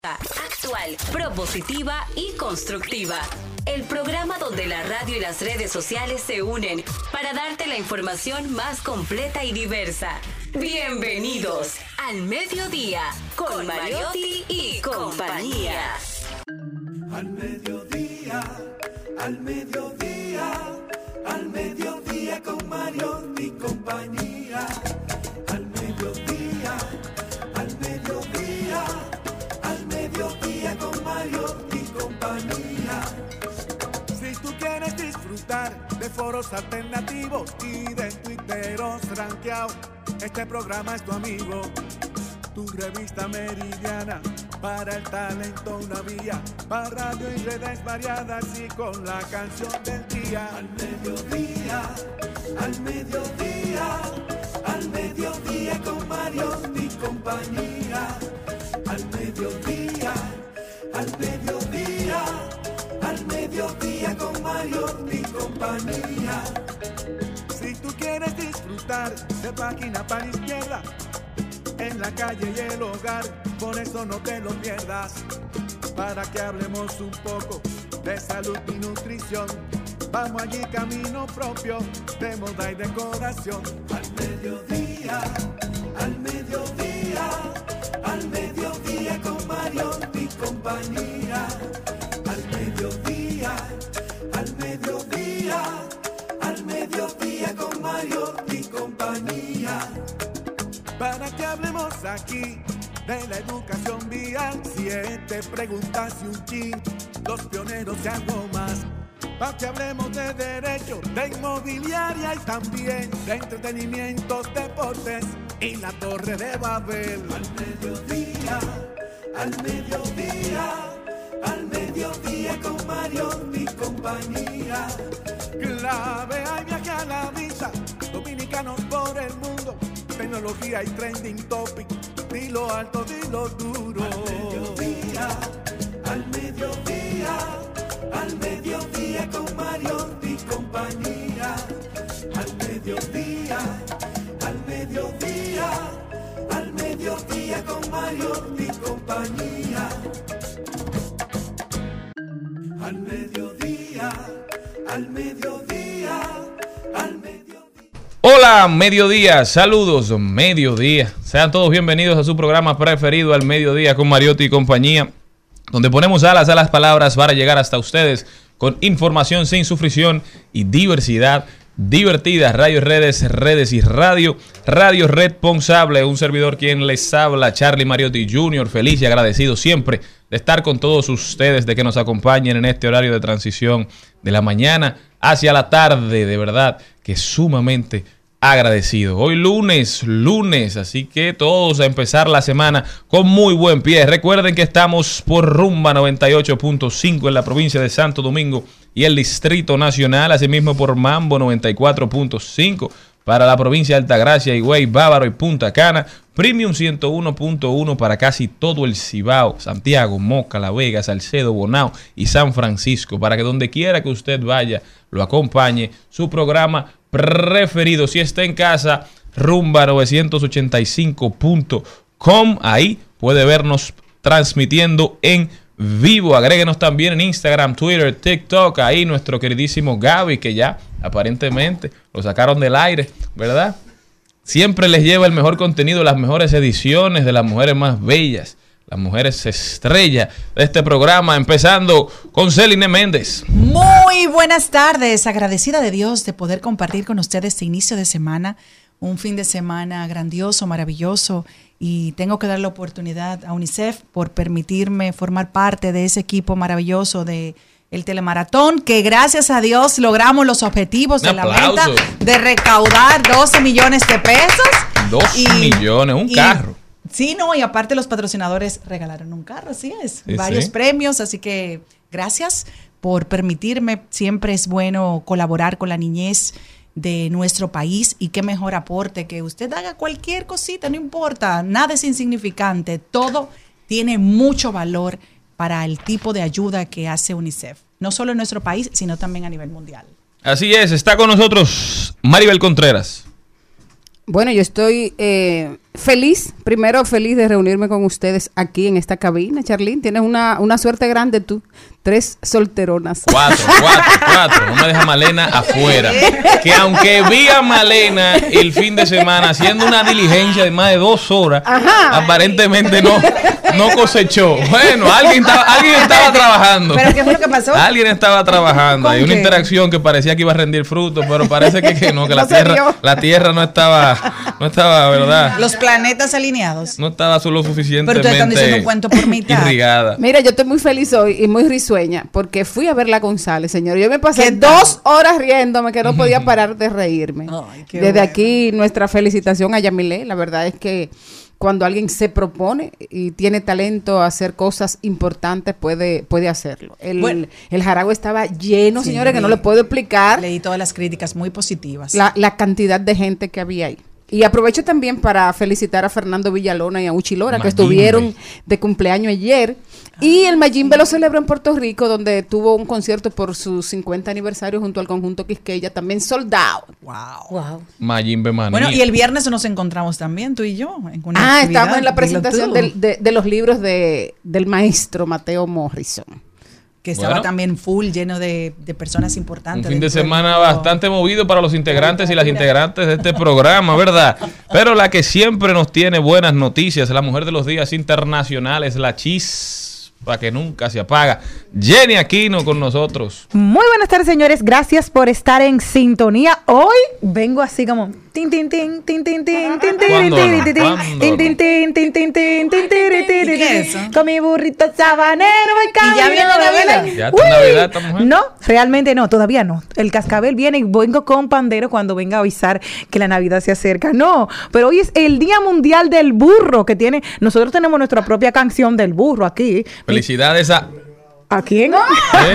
Actual, propositiva y constructiva. El programa donde la radio y las redes sociales se unen para darte la información más completa y diversa. Bienvenidos al Mediodía con Mariotti y compañía. Al mediodía, al mediodía, al mediodía con Mariotti y compañía. Al mediodía, al mediodía, al mediodía con Mariotti y compañía. Si tú quieres disfrutar de foros alternativos y de tuiteros rankeados, este programa es tu amigo. Tu revista meridiana, para el talento una vía, para radio y redes variadas y con la canción del día. Al mediodía, al mediodía, al mediodía con Mariotti y compañía. Al mediodía, al mediodía, al mediodía con Mariotti y compañía. Si tú quieres disfrutar de página para la izquierda, en la calle y el hogar, por eso no te lo pierdas, para que hablemos un poco de salud y nutrición. Vamos allí camino propio, de moda y decoración. Al mediodía, al mediodía, al mediodía con Mariotti y compañía. Al mediodía, al mediodía, al mediodía con Mariotti y compañía. Para que hablemos aquí de la educación vial, 7 preguntas y un chin, los pioneros y algo más. Para que hablemos de derecho, de inmobiliaria y también de entretenimientos, deportes y la Torre de Babel. Al mediodía, al mediodía, al mediodía con Mariotti y compañía. Clave, hay viaje a la vista, dominicanos por el mundo. Tecnología y trending topic, dilo alto, dilo duro. Al mediodía, al mediodía, al mediodía con Mariotti y compañía. Al mediodía, al mediodía, al mediodía con Mariotti y compañía. Al mediodía, al mediodía, al mediodía. Hola, mediodía, saludos, mediodía. Sean todos bienvenidos a su programa preferido, Al Mediodía con Mariotti y compañía, donde ponemos alas a las palabras para llegar hasta ustedes con información sin sufrición y diversidad divertida. Radio, redes y radio. Radio responsable, un servidor quien les habla, Charlie Mariotti Jr., feliz y agradecido siempre de estar con todos ustedes, de que nos acompañen en este horario de transición de la mañana hacia la tarde. De verdad que sumamente agradecido. Hoy lunes, así que todos a empezar la semana con muy buen pie. Recuerden que estamos por Rumba 98.5 en la provincia de Santo Domingo y el Distrito Nacional, asimismo por Mambo 94.5 para la provincia de Altagracia, Higüey, Bávaro y Punta Cana, Premium 101.1 para casi todo el Cibao, Santiago, Moca, La Vega, Salcedo, Bonao y San Francisco, para que donde quiera que usted vaya lo acompañe su programa preferido. Si está en casa, rumba985.com, ahí puede vernos transmitiendo en vivo. Agréguenos también en Instagram, Twitter, TikTok, ahí nuestro queridísimo Gaby, que ya aparentemente lo sacaron del aire, ¿verdad? Siempre les lleva el mejor contenido, las mejores ediciones de las mujeres más bellas, las mujeres estrella de este programa, empezando con Celine Méndez. Muy buenas tardes, agradecida de Dios de poder compartir con ustedes este inicio de semana, un fin de semana grandioso, maravilloso, y tengo que dar la oportunidad a UNICEF por permitirme formar parte de ese equipo maravilloso de el telemaratón, que gracias a Dios logramos los objetivos de la meta de recaudar 12 millones de pesos. 2 millones, un carro. Sí, no, y aparte los patrocinadores regalaron un carro, así es, varios premios, así que gracias por permitirme. Siempre es bueno colaborar con la niñez de nuestro país, y qué mejor aporte que usted haga cualquier cosita, no importa, nada es insignificante, todo tiene mucho valor para el tipo de ayuda que hace UNICEF, no solo en nuestro país, sino también a nivel mundial. Así es, está con nosotros Maribel Contreras. Bueno, yo estoy Primero feliz de reunirme con ustedes aquí en esta cabina. Charlene, tienes una suerte grande tú. 3 solteronas. 4. No me deja Malena afuera. Que aunque vi a Malena el fin de semana haciendo una diligencia de más de 2 horas, aparentemente no cosechó. Bueno, alguien estaba trabajando. ¿Pero qué fue lo que pasó? Alguien estaba trabajando. Hay una qué? interacción que parecía que iba a rendir frutos, pero parece que no, que No la tierra no estaba, ¿verdad? Los planetas alineados. No estaba solo Pero ustedes están suficientemente diciendo un cuento por mitad. irrigada. Mira, yo estoy muy feliz hoy y muy risueña porque fui a ver la González, señor. Yo me pasé ¿Qué tal? 2 horas riéndome que no podía parar de reírme. Ay, qué Desde bueno. aquí, nuestra felicitación a Yamilé. La verdad es que cuando alguien se propone y tiene talento a hacer cosas importantes, puede hacerlo. Bueno. El Jaragua estaba lleno, Sí, señores, que no le puedo explicar Leí todas las críticas muy positivas. la cantidad de gente que había ahí. Y aprovecho también para felicitar a Fernando Villalona y a Uchi Lora, que Mayimbe. estuvieron de cumpleaños ayer. Y el Mayimbe lo celebró en Puerto Rico, donde tuvo un concierto por su 50 aniversario junto al conjunto Quisqueya, también sold out. Wow. Mayimbe Manía. Bueno, y el viernes nos encontramos también, tú y yo. En una actividad. Estamos en la Dilo presentación tú, de los libros del maestro Mateo Morrison. que estaba Bueno. también full, lleno de personas importantes. Un fin de dentro del semana mundo. bastante movido para los integrantes y las integrantes de este programa, ¿verdad? Pero la que siempre nos tiene buenas noticias, la mujer de los días internacionales, la chispa que nunca se apaga, Jenny Aquino con nosotros. Muy buenas tardes, señores. Gracias por estar en sintonía. Hoy vengo así como tin tin tin tin tin tin tin tin ¿Cuándo tin no? tin ¿Cuándo tin no? tin tin tin tin tin tin tin ¿Y qué es eso? con mi burrito sabanero voy ¿Y ya viene camino de Navidad? Belén. ¿Ya está Uy. Navidad esta mujer? No, realmente no, todavía no. El cascabel viene y vengo con pandero cuando venga a avisar que la Navidad se acerca. No, pero hoy es el Día Mundial del Burro que tiene. Nosotros tenemos nuestra propia canción del burro aquí. Felicidades a ¿A quién? ¿eh?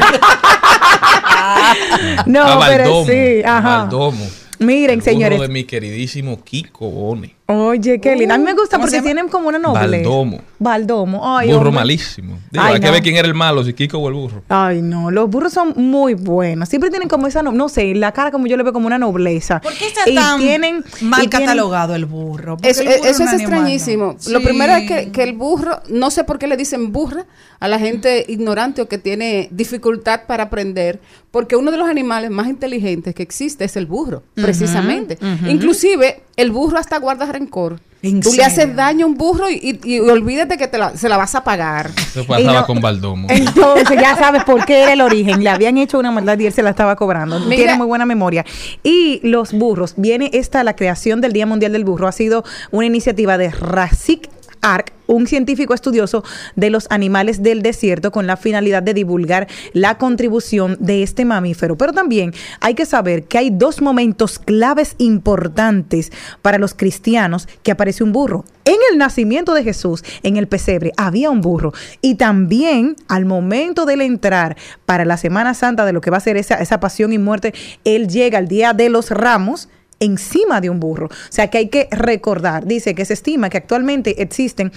No, a pero Valdomo, sí, a ajá. Valdomo. Miren, El burro señores. de mi queridísimo Kiko Bone. Oye, qué lindo. A mí me gusta ¿Cómo porque se llama? tienen como una noble. Baldomo. Baldomo. Ay, Burro hombre. malísimo. Digo, Ay, hay que no. ver quién era el malo, si Kiko o el burro. Ay, no. Los burros son muy buenos. Siempre tienen como esa, no sé, la cara como yo le veo como una nobleza. ¿Por qué está Y tan tienen- mal y tienen- catalogado el burro? Porque Eso, el burro eso un es animal, extrañísimo. ¿no? Lo Sí. primero es que el burro, no sé por qué le dicen burra a la gente ignorante o que tiene dificultad para aprender, porque uno de los animales más inteligentes que existe es el burro, precisamente. Inclusive, el burro hasta guarda rencor. ¿En Tú le serio? haces daño a un burro y olvídate que se la vas a pagar. Eso pasaba Y no- con Baldomo. Entonces ya sabes por qué era el origen. Le habían hecho una maldad y él se la estaba cobrando. Mira. Tiene muy buena memoria. Y los burros, la creación del Día Mundial del Burro ha sido una iniciativa de Rafik Ark, un científico estudioso de los animales del desierto, con la finalidad de divulgar la contribución de este mamífero. Pero también hay que saber que hay 2 momentos claves importantes para los cristianos que aparece un burro. En el nacimiento de Jesús, en el pesebre, había un burro. Y también al momento de entrar para la Semana Santa, de lo que va a ser esa pasión y muerte, él llega al Día de los Ramos encima de un burro. O sea que hay que recordar, dice que se estima que actualmente existen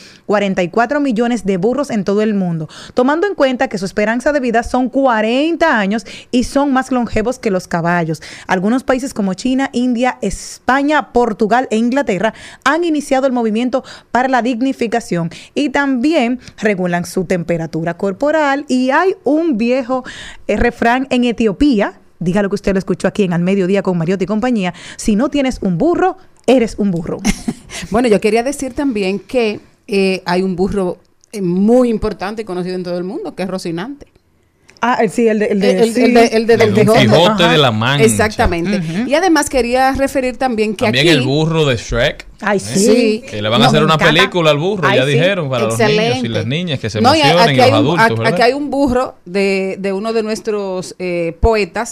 44 millones de burros en todo el mundo, tomando en cuenta que su esperanza de vida son 40 años y son más longevos que los caballos. Algunos países como China, India, España, Portugal e Inglaterra han iniciado el movimiento para la dignificación y también regulan su temperatura corporal. Y hay un viejo refrán en Etiopía, dígalo que usted lo escuchó aquí en Al Mediodía con Mariotti y compañía: si no tienes un burro, eres un burro. Bueno, yo quería decir también que hay un burro muy importante y conocido en todo el mundo, que es Rocinante. Ah, sí, el de El El de Don Don Quijote. Quijote Ajá. de la Mancha. Exactamente. Y además quería referir también que También aquí... el burro de Shrek. Ay, Sí. Que le van a hacer me una encanta. película al burro, Ay, ya sí. dijeron, para los niños y Excelente. las niñas que se No, y emocionen, y los hay adultos, ¿verdad? aquí hay un burro de uno de nuestros poetas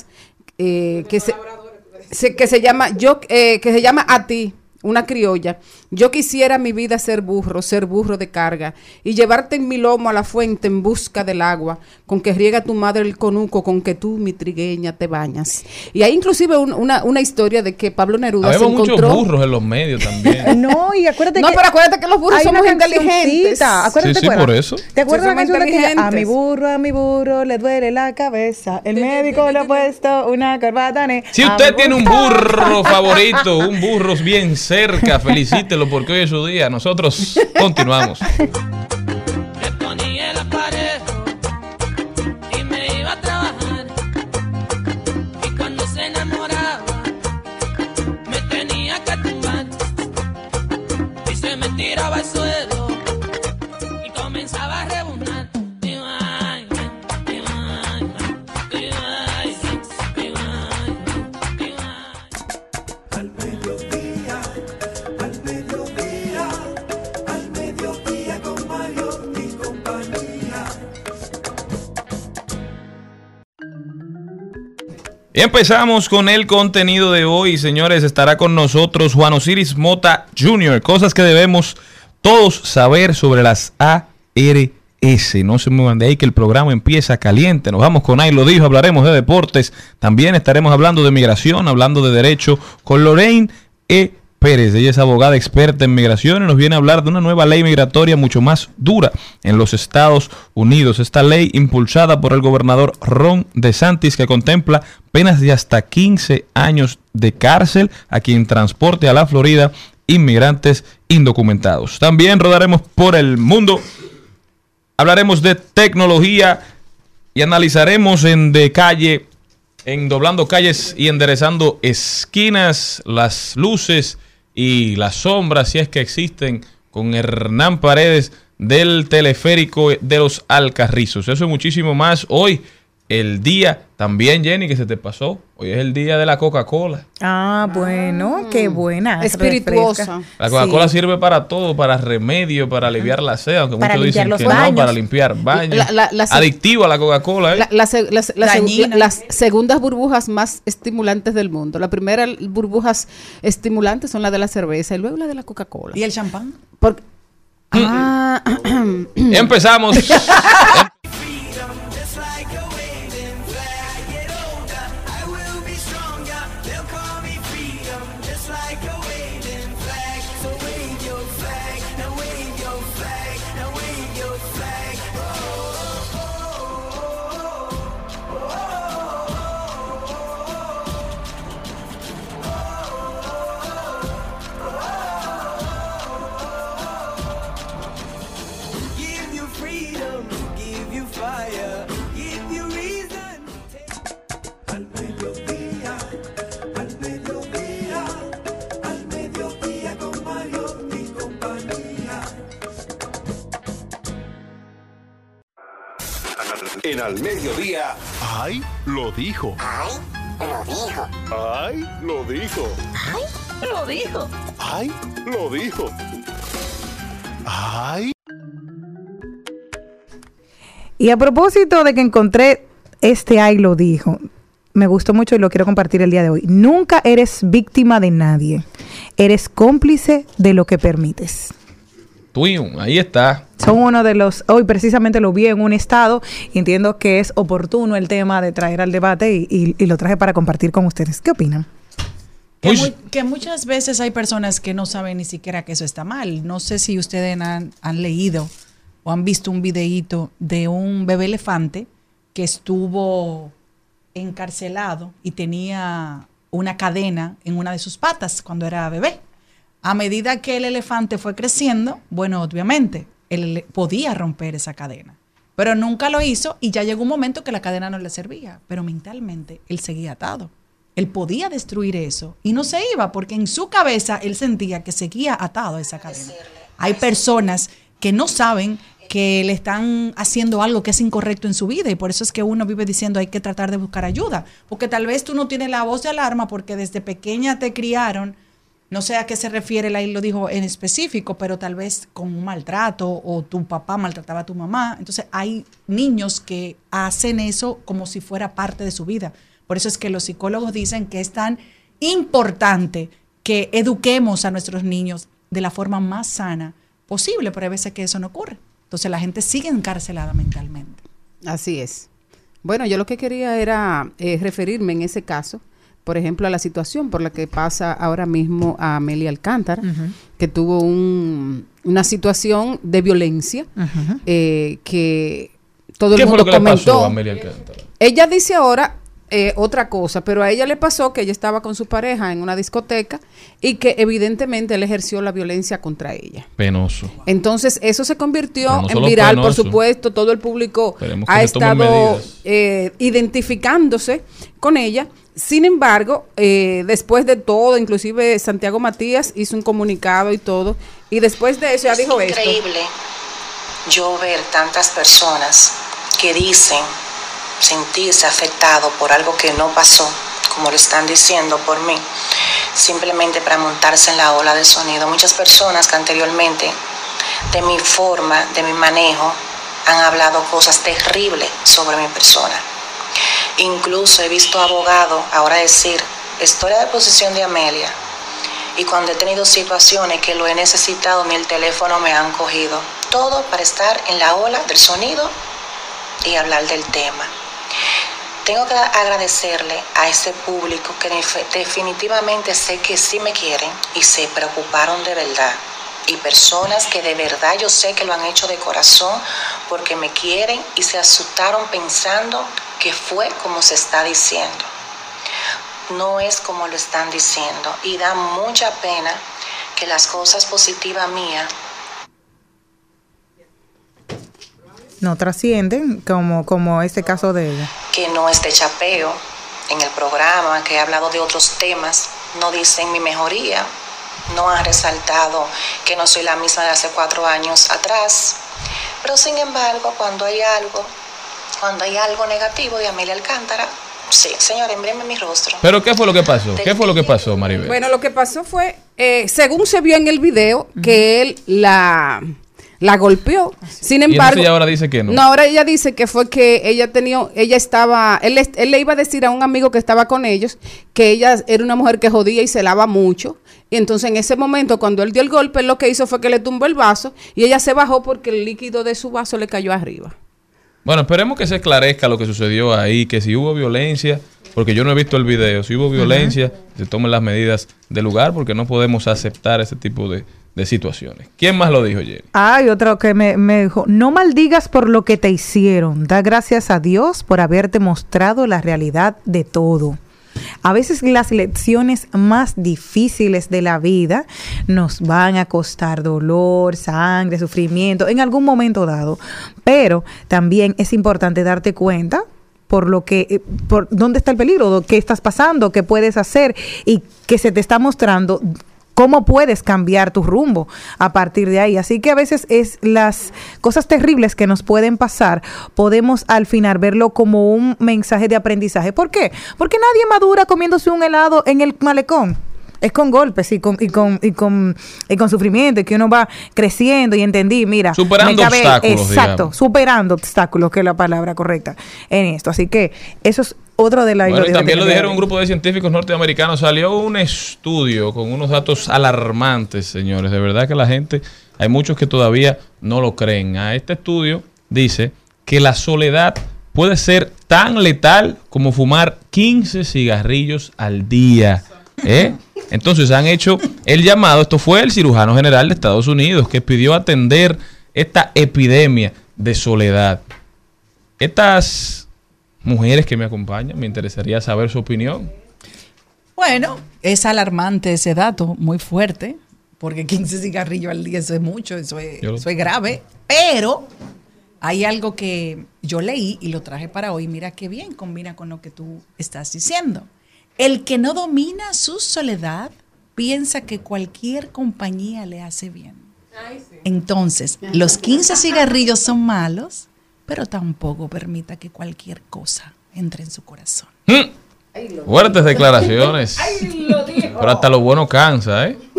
que se llama A Ti, una criolla. Yo quisiera mi vida ser burro de carga, y llevarte en mi lomo a la fuente en busca del agua, con que riega tu madre el conuco, con que tú, mi trigueña, te bañas. Y hay inclusive una historia de que Pablo Neruda se Habemos muchos encontró... burros en los medios también. No, y acuérdate No, que... pero acuérdate que los burros hay son una muy inteligentes. cancioncita. Acuérdate, Sí, ¿te acuerdas? por eso. ¿Te acuerdas Sí, la son canción de que a inteligentes. mi burro le duele la cabeza? El médico le ha puesto una corbata. Si usted tiene un burro favorito, un burro bien cerca, felicítelo porque hoy es su día. Nosotros continuamos. Me ponía el aparejo y me iba a trabajar. Y cuando se enamoraba, me tenía que tumbar. Y se me tiraba al suelo y comenzaba a rebuznar. Al mediodía, al mediodía, al mediodía con Mariotti y compañía. Y empezamos con el contenido de hoy, señores. Estará con nosotros Juan Osiris Mota Jr. Cosas que debemos todos saber sobre las ARS. No se muevan de ahí que el programa empieza caliente. Nos vamos con Ahí lo dijo, hablaremos de deportes. También estaremos hablando de migración, hablando de derecho con Lorraine E. Pérez. Ella es abogada experta en migración y nos viene a hablar de una nueva ley migratoria mucho más dura en los Estados Unidos. Esta ley impulsada por el gobernador Ron DeSantis que contempla penas de hasta 15 años de cárcel a quien transporte a la Florida inmigrantes indocumentados. También rodaremos por el mundo. Hablaremos de tecnología y analizaremos en doblando calles y enderezando esquinas, las luces y las sombras, si es que existen, con Hernán Paredes del teleférico de los Alcarrizos. Eso y muchísimo más hoy. El día también, Jenny, que se te pasó. Hoy es el día de la Coca-Cola. Ah, bueno, qué buena. Espirituosa. Refresca. La Coca-Cola Sí. sirve para todo, para remedio, para aliviar la sed, aunque Para muchos limpiar dicen los que baños. no, para limpiar baños. La- Adictiva la Coca-Cola, ¿eh? Dañina. las segundas burbujas más estimulantes del mundo. La primera burbujas estimulantes son las de la cerveza y luego la de la Coca-Cola. ¿Y el champán? Porque- Empezamos. Just like a waving flag, get older, I will be stronger. They'll call me freedom, just like a waving flag. So wave your flag, now wave your flag, now wave your flag. Give you freedom, give you fire, give you reason. Al mediodía, al mediodía, al mediodía con Mariotti y compañía. En Al Mediodía. ¡Ay, lo dijo! ¡Ay, lo dijo! ¡Ay, lo dijo! ¡Ay, lo dijo! ¡Ay! Y a propósito de que encontré Ay lo dijo, me gustó mucho y lo quiero compartir el día de hoy. Nunca eres víctima de nadie. Eres cómplice de lo que permites. Twin, ahí está. Son uno de los, hoy precisamente lo vi en un estado y entiendo que es oportuno el tema de traer al debate y lo traje para compartir con ustedes. ¿Qué opinan? Que muchas veces hay personas que no saben ni siquiera que eso está mal. No sé si ustedes han leído o han visto un videíto de un bebé elefante que estuvo encarcelado y tenía una cadena en una de sus patas cuando era bebé. A medida que el elefante fue creciendo, bueno, obviamente, él podía romper esa cadena, pero nunca lo hizo y ya llegó un momento que la cadena no le servía, pero mentalmente él seguía atado. Él podía destruir eso y no se iba porque en su cabeza él sentía que seguía atado a esa cadena. Hay personas que no saben que le están haciendo algo que es incorrecto en su vida y por eso es que uno vive diciendo hay que tratar de buscar ayuda, porque tal vez tú no tienes la voz de alarma porque desde pequeña te criaron, no sé a qué se refiere, ahí lo dijo en específico, pero tal vez con un maltrato o tu papá maltrataba a tu mamá. Entonces hay niños que hacen eso como si fuera parte de su vida. Por eso es que los psicólogos dicen que es tan importante que eduquemos a nuestros niños de la forma más sana posible, pero hay veces que eso no ocurre. Entonces la gente sigue encarcelada mentalmente. Así es. Bueno, yo lo que quería era referirme en ese caso, por ejemplo, a la situación por la que pasa ahora mismo a Amelia Alcántara, que tuvo una situación de violencia que todo el mundo ¿Qué fue lo que le pasó comentó. a Amelia Alcántara? Ella dice ahora otra cosa, pero a ella le pasó que ella estaba con su pareja en una discoteca y que evidentemente él ejerció la violencia contra ella. Penoso. Entonces eso se convirtió no en solo viral, penoso. por supuesto, todo el público Esperemos que ha se tomen estado medidas. identificándose con ella. Sin embargo, después de todo, inclusive Santiago Matías hizo un comunicado y todo, y después de eso ya dijo esto. Es increíble yo ver tantas personas que dicen sentirse afectado por algo que no pasó, como lo están diciendo por mí, simplemente para montarse en la ola del sonido. Muchas personas que anteriormente, de mi forma, de mi manejo, han hablado cosas terribles sobre mi persona. Incluso he visto abogados ahora decir, historia de posesión de Amelia, y cuando he tenido situaciones que lo he necesitado, ni el teléfono me han cogido. Todo para estar en la ola del sonido y hablar del tema. Tengo que agradecerle a ese público que definitivamente sé que sí me quieren y se preocuparon de verdad. Y personas que de verdad yo sé que lo han hecho de corazón porque me quieren y se asustaron pensando que fue como se está diciendo. No es como lo están diciendo y da mucha pena que las cosas positivas mías no trascienden como este caso de ella. Que no esté chapeo en el programa, que he hablado de otros temas, no dicen mi mejoría, no han resaltado que no soy la misma de hace 4 años atrás, pero sin embargo cuando hay algo negativo de Amelia Alcántara, sí, señor, envíenme mi rostro. ¿Pero qué fue lo que pasó? ¿Qué fue lo que pasó, Maribel? Bueno, lo que pasó fue, según se vio en el video, que él la golpeó. Sin embargo, y entonces ella ahora dice que no. No, ahora ella dice que fue que él le iba a decir a un amigo que estaba con ellos que ella era una mujer que jodía y celaba mucho. Y entonces en ese momento, cuando él dio el golpe, él lo que hizo fue que le tumbó el vaso y ella se bajó porque el líquido de su vaso le cayó arriba. Bueno, esperemos que se esclarezca lo que sucedió ahí, que si hubo violencia, porque yo no he visto el video, si hubo violencia, se tomen las medidas del lugar, porque no podemos aceptar ese tipo de situaciones. ¿Quién más lo dijo, Jenny? Hay otro que me dijo, no maldigas por lo que te hicieron, da gracias a Dios por haberte mostrado la realidad de todo. A veces las lecciones más difíciles de la vida nos van a costar dolor, sangre, sufrimiento en algún momento dado, pero también es importante darte cuenta por dónde está el peligro, qué estás pasando, qué puedes hacer y que se te está mostrando cómo puedes cambiar tu rumbo a partir de ahí. Así que a veces es las cosas terribles que nos pueden pasar, podemos al final verlo como un mensaje de aprendizaje. ¿Por qué? Porque nadie madura comiéndose un helado en el malecón. Es con golpes y con sufrimiento, que uno va creciendo y mira. Superando obstáculos. Exacto, digamos. Superando obstáculos, que es la palabra correcta en esto. Así que eso es otro de las... Bueno, y también lo dijeron un grupo de científicos norteamericanos. Salió un estudio con unos datos alarmantes, señores. De verdad que la gente, hay muchos que todavía no lo creen. Este estudio dice que la soledad puede ser tan letal como fumar 15 cigarrillos al día. Entonces han hecho el llamado, esto fue el cirujano general de Estados Unidos que pidió atender esta epidemia de soledad. Estas mujeres que me acompañan, me interesaría saber su opinión. Bueno, es alarmante ese dato, muy fuerte, porque 15 cigarrillos al día, eso es mucho, eso es grave, pero hay algo que yo leí y lo traje para hoy, mira qué bien combina con lo que tú estás diciendo. El que no domina su soledad piensa que cualquier compañía le hace bien. Entonces, los 15 cigarrillos son malos, pero tampoco permita que cualquier cosa entre en su corazón. Fuertes declaraciones. Pero hasta lo bueno cansa, ¿eh?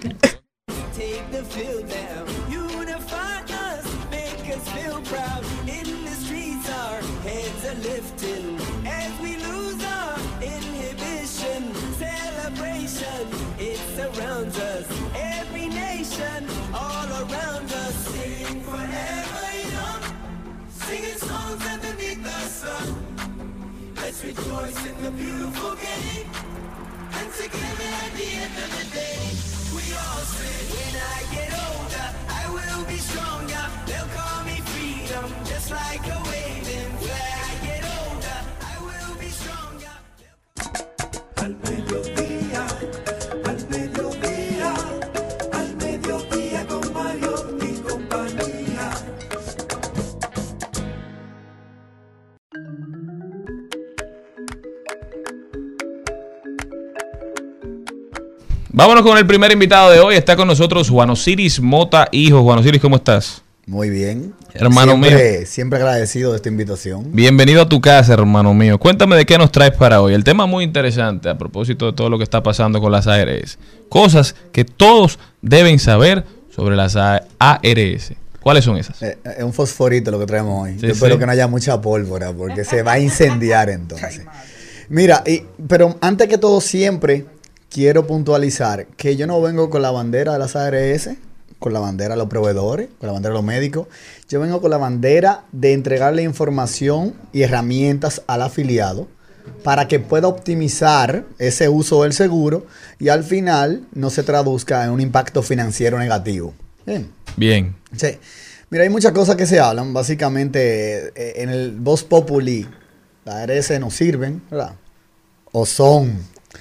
Let's rejoice in the beautiful game, and together at the end of the day, we all say, when I get older, I will be stronger. They'll call me freedom, just like a waving flag. When I get older, I will be stronger. Vámonos con el primer invitado de hoy. Está con nosotros Juan Osiris Mota, hijo. Juan Osiris, ¿cómo estás? Muy bien. Hermano mío. Siempre agradecido de esta invitación. Bienvenido a tu casa, hermano mío. Cuéntame de qué nos traes para hoy. El tema muy interesante a propósito de todo lo que está pasando con las ARS. Cosas que todos deben saber sobre las ARS. ¿Cuáles son esas? Es un fosforito lo que traemos hoy. Sí, Yo espero sí. que no haya mucha pólvora porque se va a incendiar entonces. Mira, pero antes que todo siempre quiero puntualizar que yo no vengo con la bandera de las ARS, con la bandera de los proveedores, con la bandera de los médicos. Yo vengo con la bandera de entregarle información y herramientas al afiliado para que pueda optimizar ese uso del seguro y al final no se traduzca en un impacto financiero negativo. Bien. Sí. Mira, hay muchas cosas que se hablan. Básicamente, en el Vox Populi, las ARS no sirven, ¿verdad? O son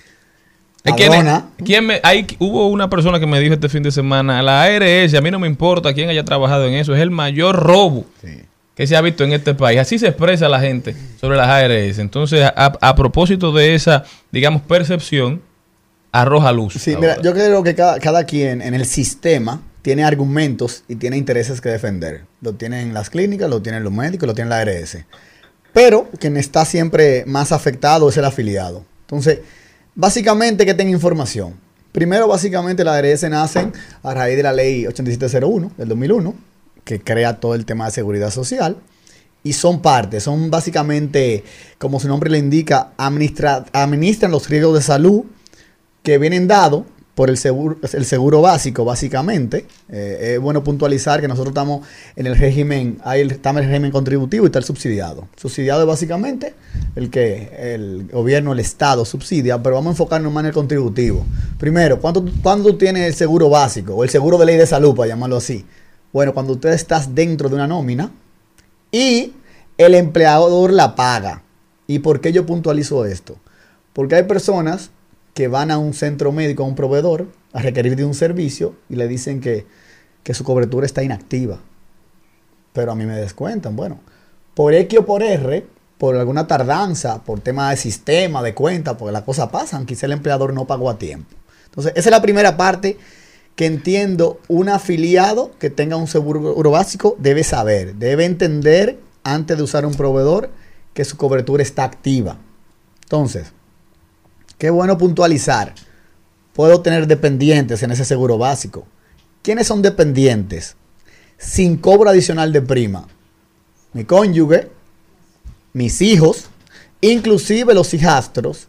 hubo una persona que me dijo este fin de semana, la ARS, a mí no me importa quién haya trabajado en eso, es el mayor robo que se ha visto en este país. Así se expresa la gente sobre las ARS. Entonces, a propósito de esa, digamos, percepción, arroja luz. Sí, ahora. mira, yo creo que cada quien en el sistema tiene argumentos y tiene intereses que defender. Lo tienen las clínicas, lo tienen los médicos, lo tienen la ARS. Pero quien está siempre más afectado es el afiliado. Entonces, básicamente, que tenga información. Primero, básicamente, las ARS nacen a raíz de la ley 8701 del 2001, que crea todo el tema de seguridad social. Y son básicamente, como su nombre le indica, administran los riesgos de salud que vienen dados por el seguro básico, básicamente. Es bueno puntualizar que nosotros estamos en el régimen, está en el régimen contributivo y está el subsidiado. Subsidiado es básicamente el que el gobierno, el Estado subsidia, pero vamos a enfocarnos más en el contributivo. Primero, ¿cuándo tú tienes el seguro básico o el seguro de ley de salud, para llamarlo así? Bueno, cuando usted estás dentro de una nómina y el empleador la paga. ¿Y por qué yo puntualizo esto? Porque hay personas que van a un centro médico, a un proveedor, a requerir de un servicio y le dicen que su cobertura está inactiva. Pero a mí me descuentan. Bueno, por X o por R, por alguna tardanza, por tema de sistema, de cuenta, porque las cosas pasan, quizá el empleador no pagó a tiempo. Entonces, esa es la primera parte que entiendo un afiliado que tenga un seguro básico debe saber, debe entender antes de usar un proveedor que su cobertura está activa. Entonces, qué bueno puntualizar. Puedo tener dependientes en ese seguro básico. ¿Quiénes son dependientes? Sin cobro adicional de prima. Mi cónyuge, mis hijos, inclusive los hijastros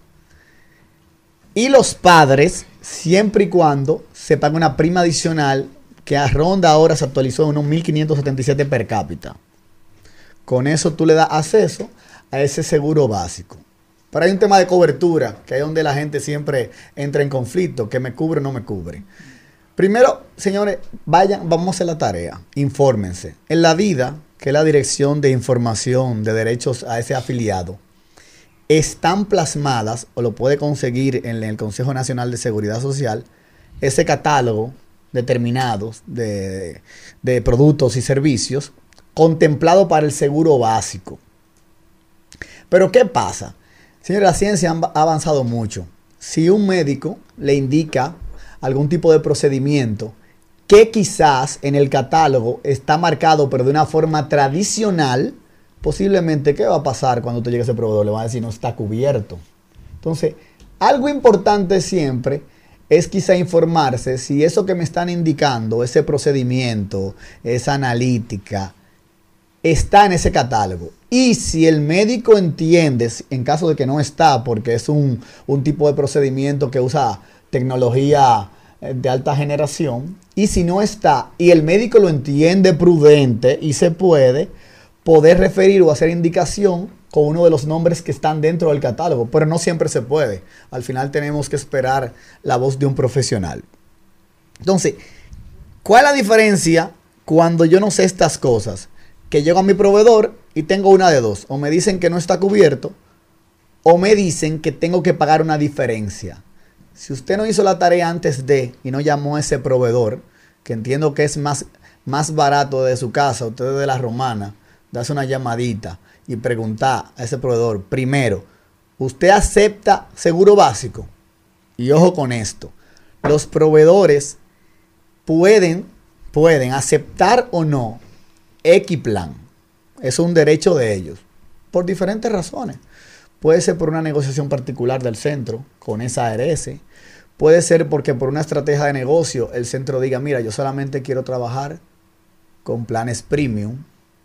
y los padres, siempre y cuando se pague una prima adicional que a ronda ahora se actualizó en unos 1.577 per cápita. Con eso tú le das acceso a ese seguro básico. Pero hay un tema de cobertura, que es donde la gente siempre entra en conflicto, que me cubre o no me cubre. Primero, señores, vamos a hacer la tarea, infórmense. En la DIDA, que es la Dirección de Información de Derechos a ese afiliado, están plasmadas, o lo puede conseguir en el Consejo Nacional de Seguridad Social, ese catálogo determinados de productos y servicios contemplado para el seguro básico. Pero ¿qué pasa? Señores, la ciencia ha avanzado mucho. Si un médico le indica algún tipo de procedimiento que quizás en el catálogo está marcado pero de una forma tradicional, posiblemente, ¿qué va a pasar cuando te llegue ese proveedor? Le van a decir, no está cubierto. Entonces, algo importante siempre es quizá informarse si eso que me están indicando, ese procedimiento, esa analítica, está en ese catálogo. Y si el médico entiende, en caso de que no está, porque es un tipo de procedimiento que usa tecnología de alta generación, y si no está, y el médico lo entiende prudente y se puede, poder referir o hacer indicación con uno de los nombres que están dentro del catálogo, pero no siempre se puede. Al final tenemos que esperar la voz de un profesional. Entonces, ¿cuál es la diferencia cuando yo no sé estas cosas? Que llego a mi proveedor y tengo una de dos. O me dicen que no está cubierto, o me dicen que tengo que pagar una diferencia. Si usted no hizo la tarea antes de y no llamó a ese proveedor, que entiendo que es más barato de su casa, usted de la Romana, darse una llamadita y preguntar a ese proveedor, primero, ¿usted acepta seguro básico? Y ojo con esto, los proveedores pueden aceptar o no X plan. Eso es un derecho de ellos, por diferentes razones. Puede ser por una negociación particular del centro con esa ARS. Puede ser porque por una estrategia de negocio el centro diga, mira, yo solamente quiero trabajar con planes premium.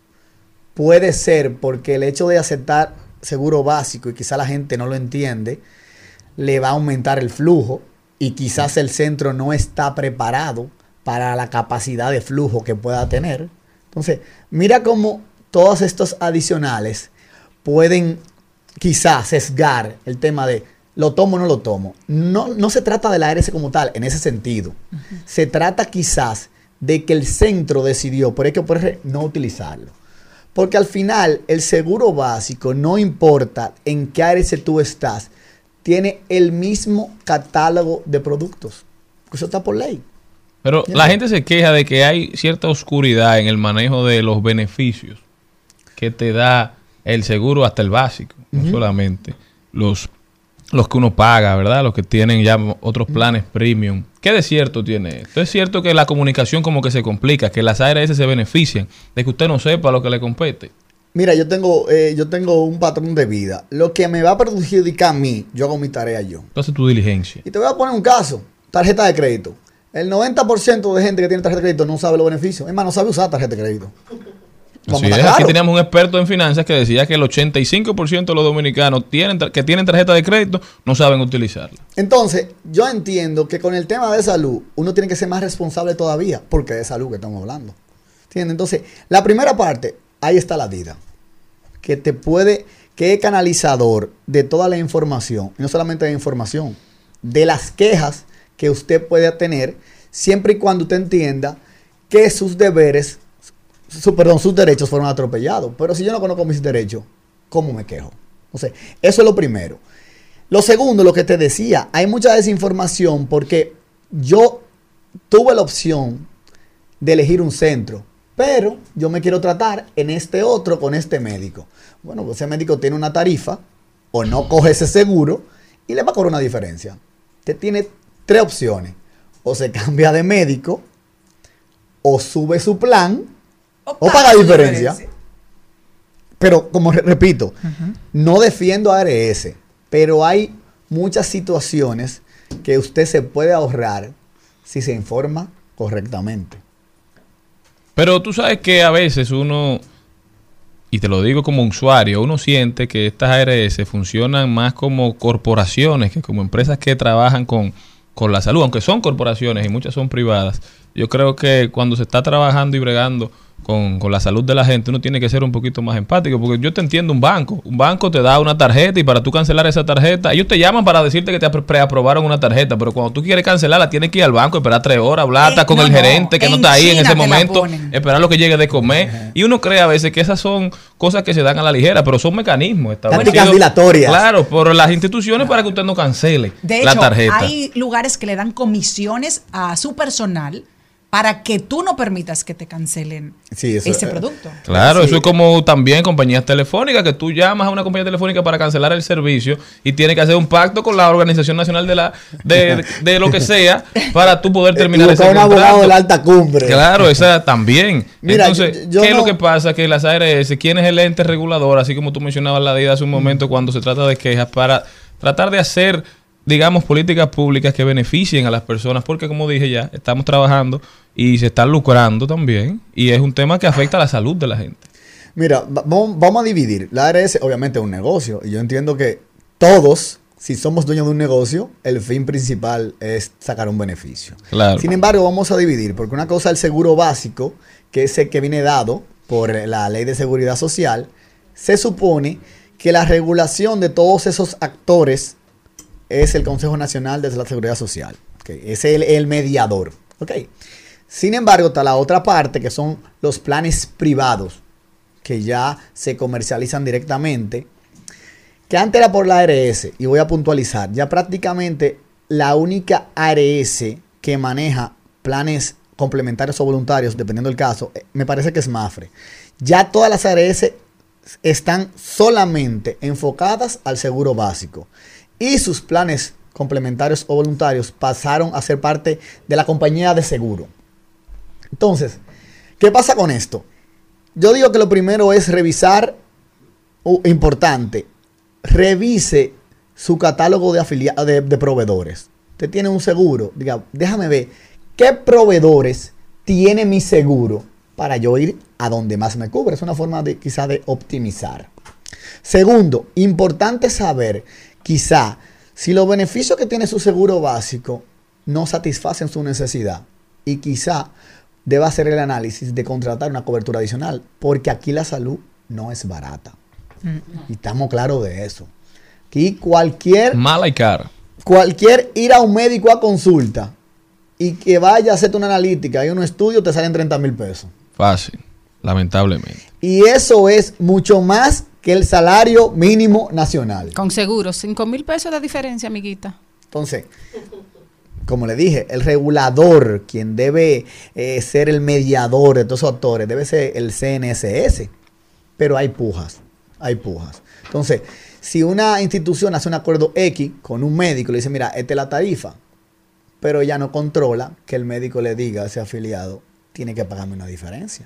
Puede ser porque el hecho de aceptar seguro básico y quizá la gente no lo entiende, le va a aumentar el flujo y quizás el centro no está preparado para la capacidad de flujo que pueda tener. Entonces, mira cómo todos estos adicionales pueden quizás sesgar el tema de lo tomo o no lo tomo. No se trata de la ARS como tal, en ese sentido. Se trata quizás de que el centro decidió por X o por R no utilizarlo. Porque al final el seguro básico, no importa en qué ARS tú estás, tiene el mismo catálogo de productos. Eso está por ley. Pero la gente se queja de que hay cierta oscuridad en el manejo de los beneficios que te da el seguro, hasta el básico, no solamente los que uno paga, ¿verdad? Los que tienen ya otros planes premium. ¿Qué de cierto tiene esto? Es cierto que la comunicación como que se complica, que las ARS se benefician de que usted no sepa lo que le compete. Mira, yo tengo un patrón de vida. Lo que me va a perjudicar a mí, yo hago mi tarea yo. Entonces tu diligencia. Y te voy a poner un caso. Tarjeta de crédito. El 90% de gente que tiene tarjeta de crédito no sabe los beneficios. Es más, no sabe usar tarjeta de crédito. Así es. Aquí teníamos un experto en finanzas que decía que el 85% de los dominicanos que tienen tarjeta de crédito no saben utilizarla. Entonces, yo entiendo que con el tema de salud, uno tiene que ser más responsable todavía, porque de salud que estamos hablando. ¿Entiendes? Entonces, la primera parte, ahí está la DIDA, que es canalizador de toda la información, y no solamente de información, de las quejas que usted puede tener, siempre y cuando usted entienda que sus deberes, sus derechos fueron atropellados. Pero si yo no conozco mis derechos, ¿cómo me quejo? O sea, eso es lo primero. Lo segundo, lo que te decía, hay mucha desinformación porque yo tuve la opción de elegir un centro, pero yo me quiero tratar en este otro con este médico. Bueno, pues ese médico tiene una tarifa o no coge ese seguro y le va a cobrar una diferencia. Usted tiene 3 opciones. O se cambia de médico, o sube su plan, o paga diferencia. Pero, como repito, no defiendo a ARS, pero hay muchas situaciones que usted se puede ahorrar si se informa correctamente. Pero tú sabes que a veces uno, y te lo digo como usuario, uno siente que estas ARS funcionan más como corporaciones que como empresas que trabajan con la salud, aunque son corporaciones y muchas son privadas. Yo creo que cuando se está trabajando y bregando con la salud de la gente, uno tiene que ser un poquito más empático, porque yo te entiendo, un banco te da una tarjeta y para tú cancelar esa tarjeta, ellos te llaman para decirte que te preaprobaron una tarjeta, pero cuando tú quieres cancelarla tienes que ir al banco, esperar 3 horas, hablar con el gerente que no está ahí en ese momento, esperar lo que llegue de comer, y uno cree a veces que esas son cosas que se dan a la ligera, pero son mecanismos establecidos, dilatorias, claro, por las instituciones para que usted no cancele la tarjeta. Hay lugares que le dan comisiones a su personal para que tú no permitas que te cancelen ese producto. Claro, eso es como también compañías telefónicas, que tú llamas a una compañía telefónica para cancelar el servicio y tienes que hacer un pacto con la Organización Nacional de lo que sea para tú poder terminar ese contrato. Un abogado de la alta cumbre. Claro, esa también. Mira, entonces, ¿qué es lo que pasa? Que las ARS, ¿quién es el ente regulador? Así como tú mencionabas la DIDA hace un momento, cuando se trata de quejas, para tratar de hacer, digamos, políticas públicas que beneficien a las personas, porque como dije ya, estamos trabajando y se están lucrando también, y es un tema que afecta a la salud de la gente. Mira, vamos a dividir. La ARS obviamente es un negocio, y yo entiendo que todos, si somos dueños de un negocio, el fin principal es sacar un beneficio. Claro. Sin embargo, vamos a dividir, porque una cosa es el seguro básico, que es el que viene dado por la Ley de Seguridad Social. Se supone que la regulación de todos esos actores es el Consejo Nacional de la Seguridad Social. Es el mediador. Sin embargo, está la otra parte, que son los planes privados, que ya se comercializan directamente, que antes era por la ARS, y voy a puntualizar, ya prácticamente la única ARS que maneja planes complementarios o voluntarios, dependiendo del caso, me parece que es Mafre. Ya todas las ARS están solamente enfocadas al seguro básico. Y sus planes complementarios o voluntarios pasaron a ser parte de la compañía de seguro. Entonces, ¿qué pasa con esto? Yo digo que lo primero es revisar, importante, revise su catálogo de proveedores. Usted tiene un seguro, diga, déjame ver qué proveedores tiene mi seguro para yo ir a donde más me cubre. Es una forma de quizá de optimizar. Segundo, importante saber quizá si los beneficios que tiene su seguro básico no satisfacen su necesidad y quizá deba hacer el análisis de contratar una cobertura adicional, porque aquí la salud no es barata. Y estamos claros de eso. Aquí mala y cara. Cualquier ir a un médico a consulta y que vaya a hacerte una analítica y un estudio te salen 30,000 pesos. Fácil, lamentablemente. Y eso es mucho más que el salario mínimo nacional. Con seguro, 5,000 pesos de diferencia, amiguita. Entonces, como le dije, el regulador, quien debe ser el mediador de todos esos actores, debe ser el CNSS. Pero hay pujas. Entonces, si una institución hace un acuerdo X con un médico y le dice, mira, esta es la tarifa, pero ella no controla que el médico le diga a ese afiliado, tiene que pagarme una diferencia.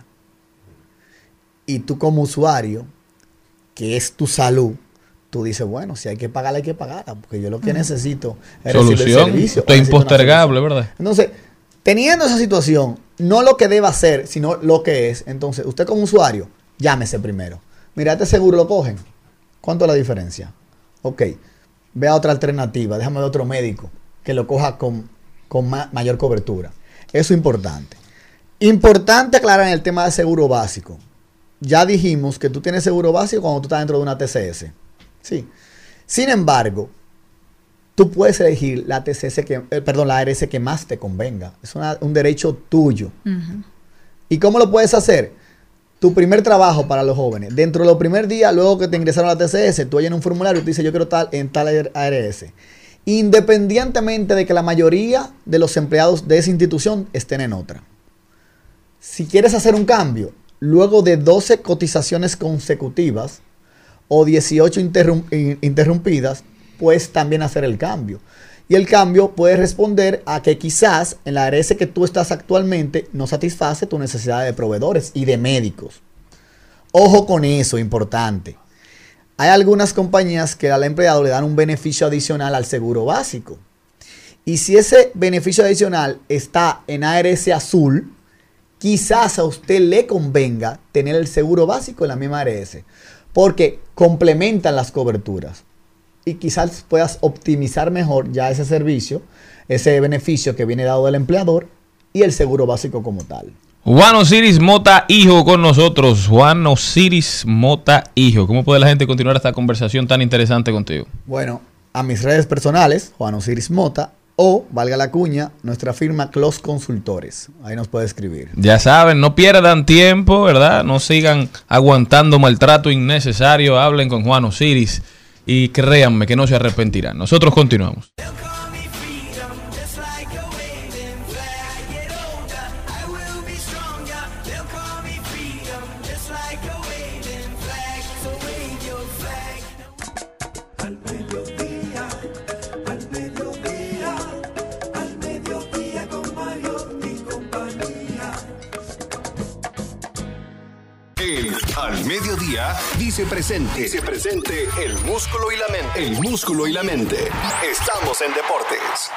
Y tú como usuario, que es tu salud, tú dices, bueno, si hay que pagarla, hay que pagarla, porque yo lo que necesito es recibir el servicio. Esto es impostergable, ¿verdad? Entonces, teniendo esa situación, no lo que deba hacer, sino lo que es, entonces, usted como usuario, llámese primero. Mira, este seguro lo cogen. ¿Cuánto es la diferencia? Ok, vea otra alternativa, déjame ver otro médico que lo coja con mayor cobertura. Eso es importante. Importante aclarar en el tema de seguro básico. Ya dijimos que tú tienes seguro básico cuando tú estás dentro de una TCS. Sí. Sin embargo, tú puedes elegir la TCS la ARS que más te convenga. Es un derecho tuyo. ¿Y cómo lo puedes hacer? Tu primer trabajo para los jóvenes. Dentro de los primeros días, luego que te ingresaron a la TCS, tú llenas un formulario y te dice, yo quiero en tal ARS. Independientemente de que la mayoría de los empleados de esa institución estén en otra. Si quieres hacer un cambio, luego de 12 cotizaciones consecutivas o 18 interrumpidas, puedes también hacer el cambio. Y el cambio puede responder a que quizás en la ARS que tú estás actualmente no satisface tu necesidad de proveedores y de médicos. Ojo con eso, importante. Hay algunas compañías que al empleado le dan un beneficio adicional al seguro básico. Y si ese beneficio adicional está en ARS azul, quizás a usted le convenga tener el seguro básico en la misma ARS, porque complementan las coberturas. Y quizás puedas optimizar mejor ya ese servicio, ese beneficio que viene dado del empleador y el seguro básico como tal. Juan Osiris Mota Hijo con nosotros. Juan Osiris Mota Hijo. ¿Cómo puede la gente continuar esta conversación tan interesante contigo? Bueno, a mis redes personales, Juan Osiris Mota, o, valga la cuña, nuestra firma Clos Consultores. Ahí nos puede escribir. Ya saben, no pierdan tiempo, ¿verdad? No sigan aguantando maltrato innecesario. Hablen con Juan Osiris y créanme que no se arrepentirán. Nosotros continuamos. Al mediodía, dice presente. Dice presente el músculo y la mente. El músculo y la mente. Estamos en deportes.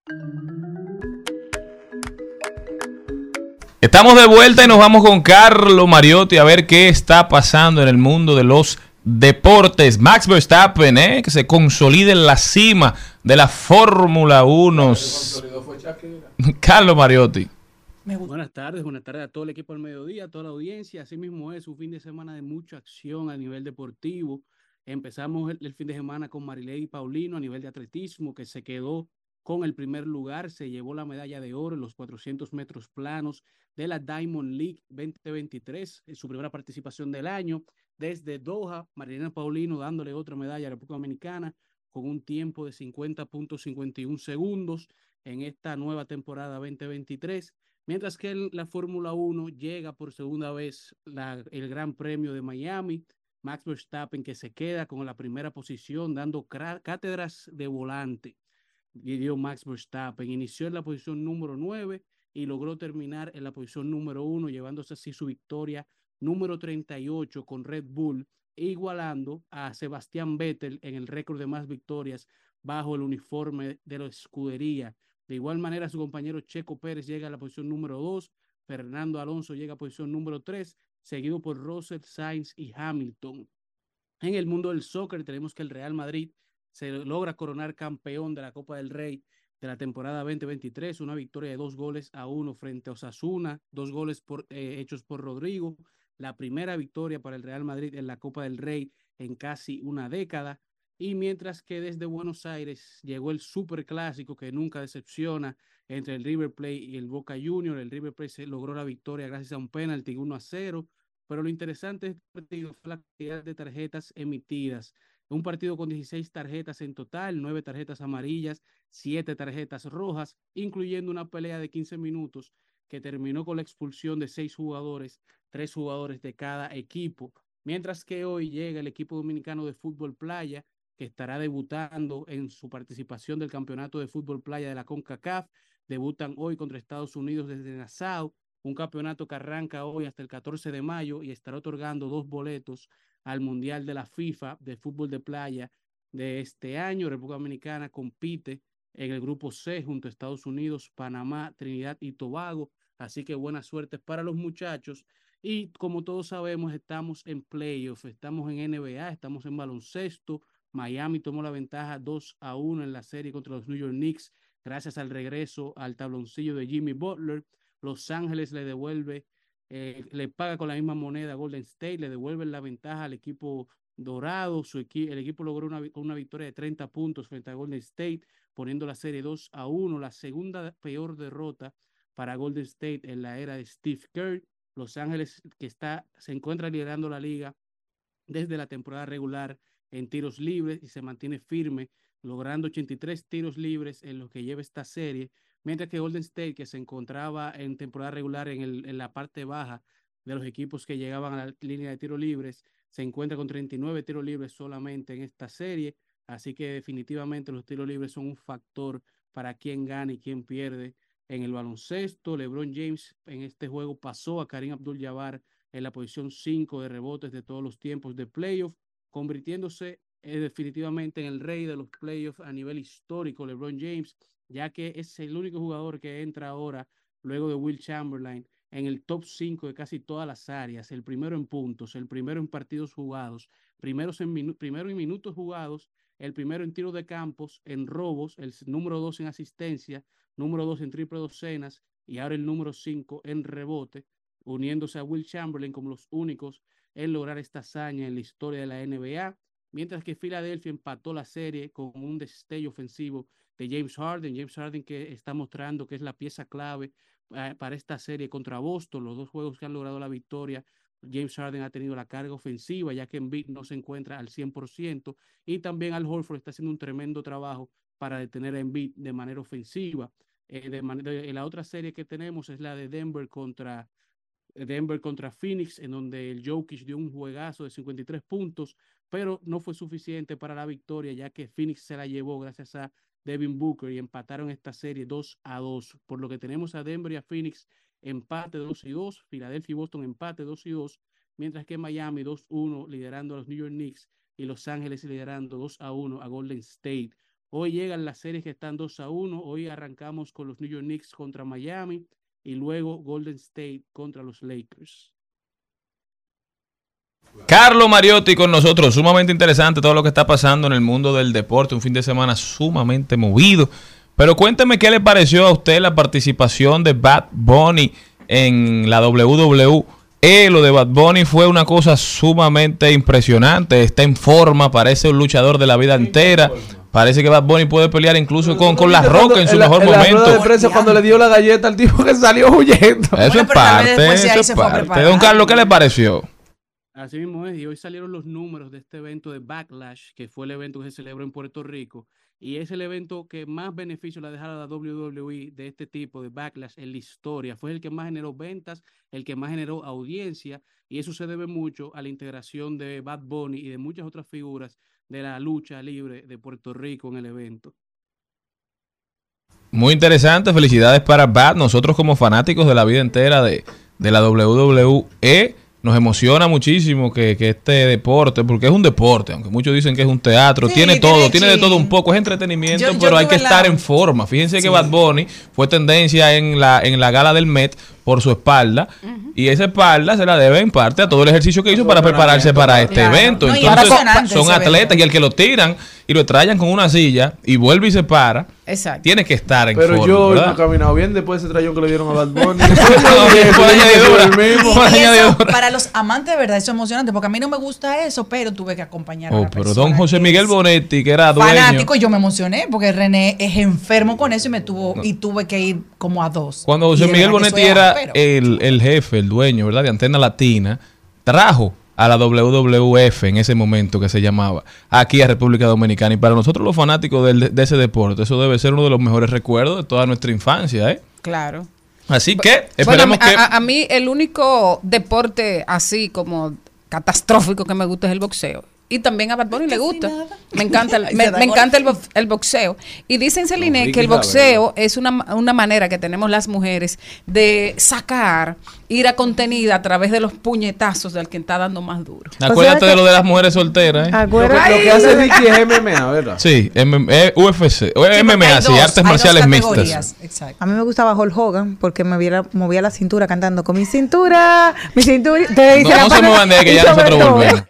Estamos de vuelta y nos vamos con Carlo Mariotti a ver qué está pasando en el mundo de los deportes. Max Verstappen, que se consolide en la cima de la Fórmula 1. Carlo Mariotti. Buenas tardes a todo el equipo del mediodía, a toda la audiencia. Así mismo es un fin de semana de mucha acción a nivel deportivo. Empezamos el fin de semana con Marilei Paulino a nivel de atletismo, que se quedó con el primer lugar, se llevó la medalla de oro en los 400 metros planos de la Diamond League 2023, en su primera participación del año. Desde Doha, Marilena Paulino dándole otra medalla a la República Dominicana con un tiempo de 50.51 segundos en esta nueva temporada 2023. Mientras que la Fórmula 1 llega por segunda vez el Gran Premio de Miami. Max Verstappen que se queda con la primera posición dando cátedras de volante. dio Max Verstappen. Inició en la posición número 9 y logró terminar en la posición número 1, llevándose así su victoria número 38 con Red Bull, igualando a Sebastián Vettel en el récord de más victorias bajo el uniforme de la escudería. De igual manera, su compañero Checo Pérez llega a la posición número 2, Fernando Alonso llega a posición número 3, seguido por Russell, Sainz y Hamilton. En el mundo del soccer tenemos que el Real Madrid se logra coronar campeón de la Copa del Rey de la temporada 2023, una victoria de 2-1 frente a Osasuna, 2 goles hechos por Rodrigo, la primera victoria para el Real Madrid en la Copa del Rey en casi una década. Y mientras que desde Buenos Aires llegó el superclásico que nunca decepciona entre el River Plate y el Boca Juniors, el River Plate se logró la victoria gracias a un penalti 1-0, pero lo interesante de este partido fue la cantidad de tarjetas emitidas. Un partido con 16 tarjetas en total, 9 tarjetas amarillas, 7 tarjetas rojas, incluyendo una pelea de 15 minutos que terminó con la expulsión de 6 jugadores, 3 jugadores de cada equipo. Mientras que hoy llega el equipo dominicano de fútbol playa, que estará debutando en su participación del campeonato de fútbol playa de la CONCACAF. Debutan hoy contra Estados Unidos desde Nassau, un campeonato que arranca hoy hasta el 14 de mayo y estará otorgando 2 boletos al Mundial de la FIFA de fútbol de playa de este año. República Dominicana compite en el grupo C junto a Estados Unidos, Panamá, Trinidad y Tobago. Así que buena suerte para los muchachos. Y como todos sabemos, estamos en playoff, estamos en NBA, estamos en baloncesto. Miami tomó la ventaja 2-1 en la serie contra los New York Knicks gracias al regreso al tabloncillo de Jimmy Butler. Los Ángeles le devuelve, le paga con la misma moneda a Golden State, le devuelven la ventaja al equipo dorado. El equipo logró una victoria de 30 puntos frente a Golden State, poniendo la serie 2-1, la segunda peor derrota para Golden State en la era de Steve Kerr. Los Ángeles, que se encuentra liderando la liga desde la temporada regular en tiros libres y se mantiene firme, logrando 83 tiros libres en lo que lleva esta serie, mientras que Golden State, que se encontraba en temporada regular en la parte baja de los equipos que llegaban a la línea de tiros libres, se encuentra con 39 tiros libres solamente en esta serie. Así que definitivamente los tiros libres son un factor para quién gana y quién pierde en el baloncesto. LeBron James en este juego pasó a Kareem Abdul-Jabbar en la posición 5 de rebotes de todos los tiempos de playoff, convirtiéndose definitivamente en el rey de los playoffs a nivel histórico, LeBron James, ya que es el único jugador que entra ahora, luego de Will Chamberlain, en el top 5 de casi todas las áreas, el primero en puntos, el primero en partidos jugados, primero en minutos jugados, el primero en tiros de campos, en robos, el número 2 en asistencia, número 2 en triple docenas y ahora el número 5 en rebote, uniéndose a Will Chamberlain como los únicos en lograr esta hazaña en la historia de la NBA, mientras que Filadelfia empató la serie con un destello ofensivo de James Harden que está mostrando que es la pieza clave para esta serie contra Boston, los 2 juegos que han logrado la victoria. James Harden ha tenido la carga ofensiva, ya que Embiid no se encuentra al 100%, y también Al Horford está haciendo un tremendo trabajo para detener a Embiid de manera ofensiva. La otra serie que tenemos es la de Denver contra Phoenix, en donde el Jokic dio un juegazo de 53 puntos, pero no fue suficiente para la victoria, ya que Phoenix se la llevó gracias a Devin Booker y empataron esta serie 2-2, por lo que tenemos a Denver y a Phoenix empate 2-2, Filadelfia y Boston empate 2-2, mientras que Miami 2-1 liderando a los New York Knicks y Los Ángeles liderando 2-1 a Golden State. Hoy llegan las series que están 2-1, hoy arrancamos con los New York Knicks contra Miami y luego Golden State contra los Lakers. Carlos Mariotti con nosotros, sumamente interesante todo lo que está pasando en el mundo del deporte, un fin de semana sumamente movido. Pero cuénteme qué le pareció a usted la participación de Bad Bunny en la WWE. Lo de Bad Bunny fue una cosa sumamente impresionante, está en forma, parece un luchador de la vida entera. Parece que Bad Bunny puede pelear incluso con La Roca en su mejor momento. En la rueda de prensa cuando le dio la galleta al tipo que salió huyendo. Eso es parte. Don Carlos, ¿qué le pareció? Así mismo es, y hoy salieron los números de este evento de Backlash, que fue el evento que se celebró en Puerto Rico, y es el evento que más beneficio le ha dejado a la WWE de este tipo de Backlash en la historia. Fue el que más generó ventas, el que más generó audiencia, y eso se debe mucho a la integración de Bad Bunny y de muchas otras figuras de la lucha libre de Puerto Rico en el evento. Muy interesante, felicidades para Bad. Nosotros como fanáticos de la vida entera de la WWE, nos emociona muchísimo que este deporte, porque es un deporte, aunque muchos dicen que es un teatro, Sí, tiene todo, tiene de todo un poco, es entretenimiento, pero hay que estar en forma. Fíjense que Bad Bunny fue tendencia en la gala del Met por su espalda, y esa espalda se la debe en parte a todo el ejercicio que hizo para prepararse para este evento. No, y Entonces emocionante son ese atletas evento. y el que lo tiran y lo trayan con una silla y vuelve y se para, Exacto. tiene que estar en Pero forma, yo no ¿verdad? he caminado bien después de ese trayón que le dieron a Bad Bunny. Y eso, para los amantes de verdad, eso es emocionante, porque a mí no me gusta eso, pero tuve que acompañar a Oh, una pero persona don José que Miguel es Bonetti, que era dueño. fanático, y yo me emocioné, porque René es enfermo con eso y tuve que ir como a 2. Cuando José Miguel Bonetti era el jefe, el dueño, ¿verdad? De Antena Latina, trajo a la WWF en ese momento que se llamaba, aquí a República Dominicana. Y para nosotros los fanáticos de ese deporte, eso debe ser uno de los mejores recuerdos de toda nuestra infancia, ¿eh? Claro. Así que esperemos Bueno, que... a mí el único deporte así como catastrófico que me gusta es el boxeo. Y también a Bad Bunny le gusta. Me encanta, me encanta el boxeo. Y dicen, Celine, que el boxeo es una manera que tenemos las mujeres de sacar ira contenida a través de los puñetazos del que está dando más duro. Acuérdate de lo de las mujeres solteras, ¿eh? Lo que hace Ricky es MMA, ¿verdad? Sí, UFC, o MMA, sí, artes marciales mixtas. A mí me gustaba Hulk Hogan porque movía la cintura cantando con mi cintura. Te dice No se muevan de ahí, que ya nosotros volvemos.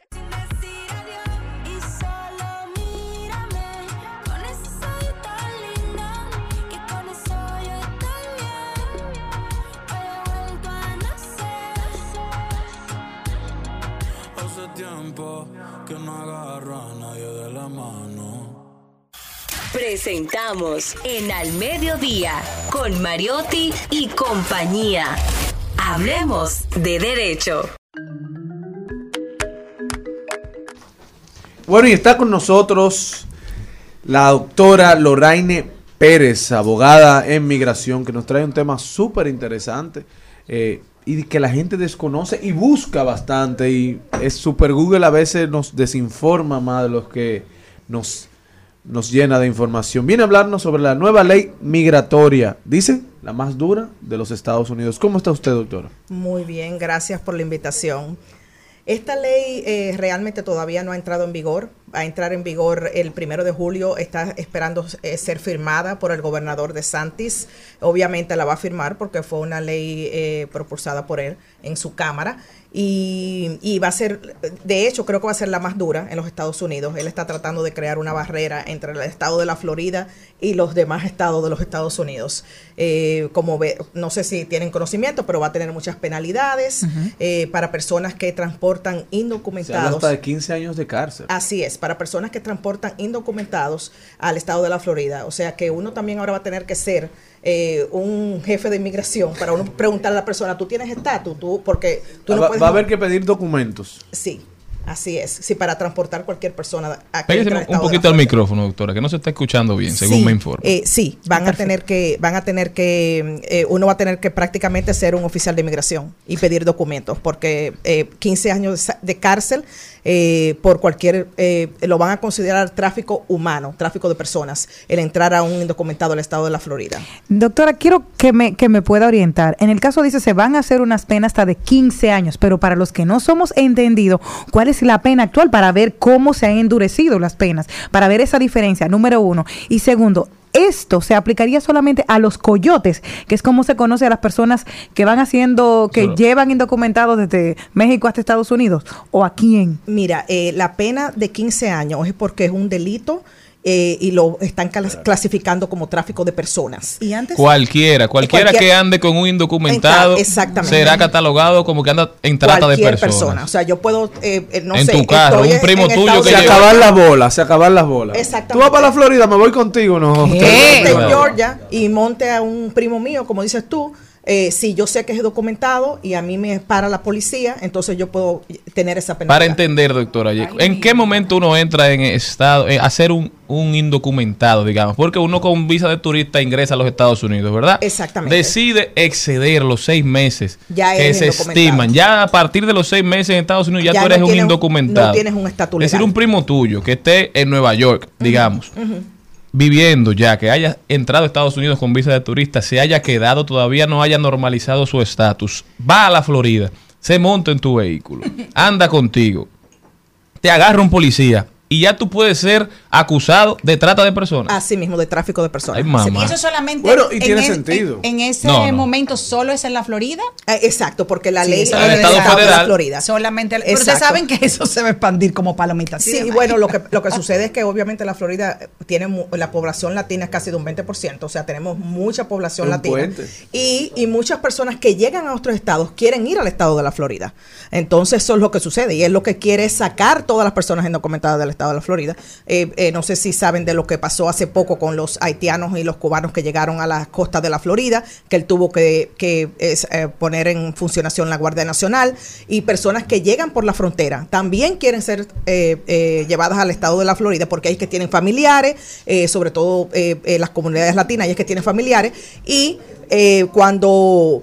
Presentamos en Al Mediodía con Mariotti y compañía. Hablemos de derecho. Bueno, y está con nosotros la doctora Loraine Pérez, abogada en migración, que nos trae un tema súper interesante y que la gente desconoce y busca bastante. Y es super Google a veces nos desinforma más de los que nos llena de información. Viene a hablarnos sobre la nueva ley migratoria, dice, la más dura de los Estados Unidos. ¿Cómo está usted, doctora? Muy bien, gracias por la invitación. Esta ley realmente todavía no ha entrado en vigor. Va a entrar en vigor el 1 de julio. Está esperando ser firmada por el gobernador DeSantis. Obviamente la va a firmar porque fue una ley propulsada por él en su Cámara. Y va a ser, de hecho, creo que va a ser la más dura en los Estados Unidos. Él está tratando de crear una barrera entre el estado de la Florida y los demás estados de los Estados Unidos. No sé si tienen conocimiento, pero va a tener muchas penalidades para personas que transportan indocumentados. Se habla hasta de 15 años de cárcel. Así es, para personas que transportan indocumentados al estado de la Florida. O sea que uno también ahora va a tener que ser un jefe de inmigración para uno preguntarle a la persona, ¿tú tienes estatus? Porque tú no puedes... Va a haber que pedir documentos. Sí, así es. Sí, para transportar cualquier persona. Pégase un poquito al micrófono, doctora, que no se está escuchando bien, según me informa. Sí, uno va a tener que prácticamente ser un oficial de inmigración y pedir documentos, porque 15 años de cárcel por cualquier, lo van a considerar tráfico humano, tráfico de personas, el entrar a un indocumentado al estado de la Florida. Doctora, quiero que me pueda orientar. En el caso dice, se van a hacer unas penas hasta de 15 años, pero para los que no somos entendidos, ¿cuál es la pena actual? Para ver cómo se han endurecido las penas, para ver esa diferencia, número uno. Y segundo, ¿esto se aplicaría solamente a los coyotes, que es como se conoce a las personas que van haciendo, que llevan indocumentados desde México hasta Estados Unidos? ¿O a quién? Mira, la pena de 15 años es porque es un delito y lo están clasificando como tráfico de personas. Y antes cualquiera que ande con un indocumentado será catalogado como que anda en trata de personas. Persona. O sea, yo puedo, en tu carro, un primo tuyo que se acaban las bolas. Exactamente. Tú vas para la Florida, me voy contigo, ¿no? De Georgia y monte a un primo mío, como dices tú. Si yo sé que es documentado y a mí me para la policía, entonces yo puedo tener esa penalidad. Para entender, doctora, ¿en qué momento uno entra en estado a ser un indocumentado, digamos? Porque uno con visa de turista ingresa a los Estados Unidos, ¿verdad? Exactamente. Decide exceder los 6 meses ya que se estiman. Ya a partir de los 6 meses en Estados Unidos ya tú eres un indocumentado. No tienes un estatus legal. Es decir, un primo tuyo que esté en Nueva York, digamos. viviendo ya, que haya entrado a Estados Unidos con visa de turista, se haya quedado, todavía no haya normalizado su estatus, va a la Florida, se monta en tu vehículo, anda contigo, te agarra un policía y ya tú puedes ser acusado de trata de personas. Así mismo, de tráfico de personas. Ay, mamá. Y eso solamente Bueno, y tiene sentido. En ese No. momento solo es en la Florida. Exacto, porque la ley eso en el del Estado de la federal. Florida. Solamente. Pero ustedes Exacto. saben que eso se va a expandir como palomita. Sí, y bueno, lo que sucede es que obviamente la Florida tiene la población latina es casi de un 20%, o sea, tenemos mucha población Un latina. puente. Y muchas personas que llegan a otros estados quieren ir al estado de la Florida. Entonces, eso es lo que sucede y es lo que quiere sacar todas las personas indocumentadas del estado de la Florida. No sé si saben de lo que pasó hace poco con los haitianos y los cubanos que llegaron a las costas de la Florida, que él tuvo que poner en funcionación la Guardia Nacional, y personas que llegan por la frontera también quieren ser llevadas al estado de la Florida porque hay que tienen familiares, sobre todo las comunidades latinas, hay que tienen familiares, y cuando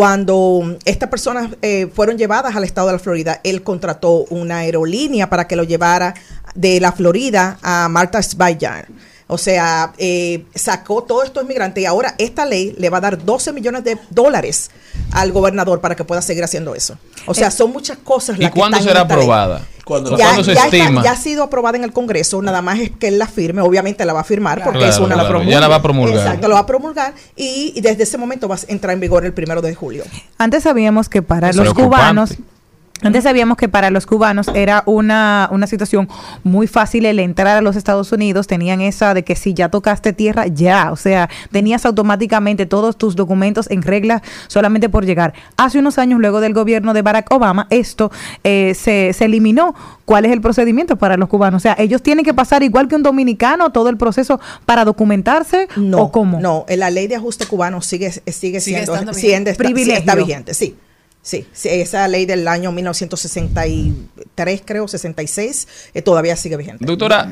estas personas fueron llevadas al estado de la Florida, él contrató una aerolínea para que lo llevara de la Florida a Martha's Vineyard. O sea, sacó todos estos inmigrantes y ahora esta ley le va a dar $12 millones al gobernador para que pueda seguir haciendo eso. O sea, son muchas cosas. ¿Y cuándo será aprobada? ¿Cuándo se estima? Ya ha sido aprobada en el Congreso, nada más es que él la firme, obviamente la va a firmar porque Claro, es una claro, ya la va a promulgar. Exacto, lo va a promulgar y desde ese momento va a entrar en vigor el 1 de julio. Antes sabíamos que para Es los preocupante. cubanos... Antes sabíamos que para los cubanos era una situación muy fácil el entrar a los Estados Unidos. Tenían esa de que si ya tocaste tierra, ya. O sea, tenías automáticamente todos tus documentos en regla solamente por llegar. Hace unos años, luego del gobierno de Barack Obama, esto se eliminó. ¿Cuál es el procedimiento para los cubanos? O sea, ¿ellos tienen que pasar igual que un dominicano todo el proceso para documentarse o cómo? No, la ley de ajuste cubano sigue siendo estando vigente. Privilegio. está vigente, sí. Sí, esa ley del año 1963, creo, 66, todavía sigue vigente. Doctora,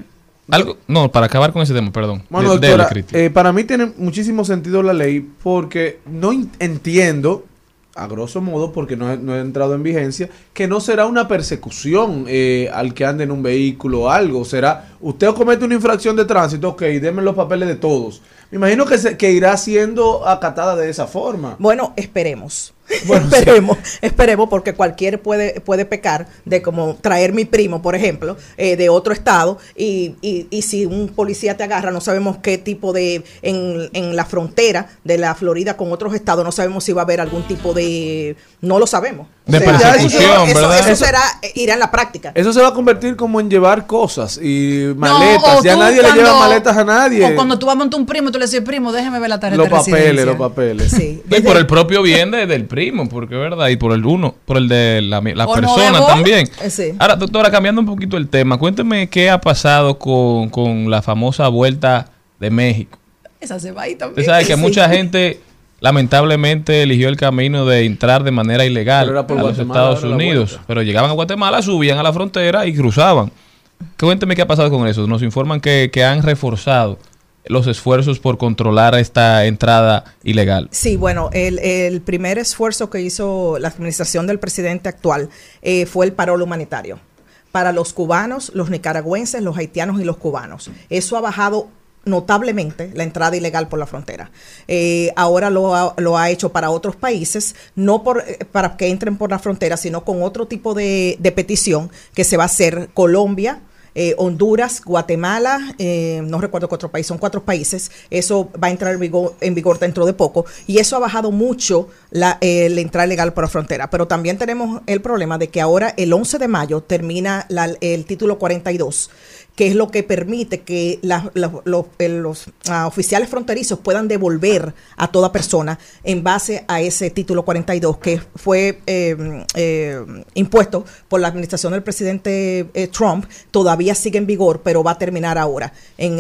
algo, no, para acabar con ese tema, perdón. Bueno, Dele, doctora, Cristi. para mí tiene muchísimo sentido la ley porque no entiendo, a grosso modo, porque no he entrado en vigencia, que no será una persecución al que ande en un vehículo o algo. Será, usted comete una infracción de tránsito, ok, denme los papeles de todos. Me imagino que irá siendo acatada de esa forma. Bueno, esperemos. Bueno, esperemos porque cualquier puede pecar de como traer mi primo, por ejemplo, de otro estado y si un policía te agarra, no sabemos qué tipo de, en la frontera de la Florida con otros estados, no sabemos si va a haber algún tipo de, no lo sabemos. De persecución, ¿verdad? Eso irá en la práctica. Eso se va a convertir como en llevar cosas y maletas. Ya nadie le lleva maletas a nadie. O cuando tú vas a montar un primo, tú le dices, primo, déjeme ver la tarjeta Los de residencia. los papeles. Sí. Y por el propio bien del primo, porque es verdad, y por el de la ¿O no persona debo? también. Sí. Ahora, doctora, cambiando un poquito el tema, cuénteme qué ha pasado con la famosa vuelta de México. Esa se va ahí también. Usted sabe que Sí. mucha gente lamentablemente eligió el camino de entrar de manera ilegal Pero era por a los Guatemala, Estados ahora la Unidos, vuelta. pero llegaban a Guatemala, subían a la frontera y cruzaban. Cuénteme qué ha pasado con eso. Nos informan que han reforzado los esfuerzos por controlar esta entrada ilegal. Sí, bueno, el primer esfuerzo que hizo la administración del presidente actual fue el parol humanitario para los cubanos, los nicaragüenses, los haitianos y los cubanos. Eso ha bajado notablemente la entrada ilegal por la frontera. Ahora lo ha hecho para otros países, no para que entren por la frontera, sino con otro tipo de petición que se va a hacer. Colombia, Honduras, Guatemala, no recuerdo qué otro país, son 4 países. Eso va a entrar en vigor dentro de poco y eso ha bajado mucho la entrada ilegal por la frontera. Pero también tenemos el problema de que ahora el 11 de mayo termina el título 42, que es lo que permite que los oficiales fronterizos puedan devolver a toda persona en base a ese título 42 que fue impuesto por la administración del presidente Trump. Todavía sigue en vigor, pero va a terminar ahora en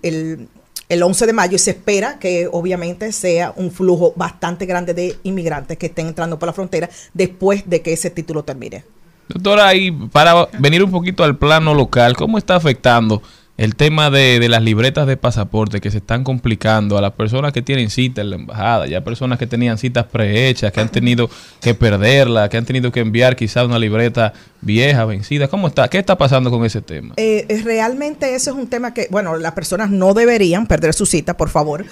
el 11 de mayo y se espera que obviamente sea un flujo bastante grande de inmigrantes que estén entrando por la frontera después de que ese título termine. Doctora, y para venir un poquito al plano local, ¿cómo está afectando el tema de las libretas de pasaporte que se están complicando a las personas que tienen cita en la embajada? Ya personas que tenían citas prehechas, que han tenido que perderla, que han tenido que enviar quizás una libreta vieja, vencida. ¿Cómo está? ¿Qué está pasando con ese tema? Realmente ese es un tema que, bueno, las personas no deberían perder su cita, por favor.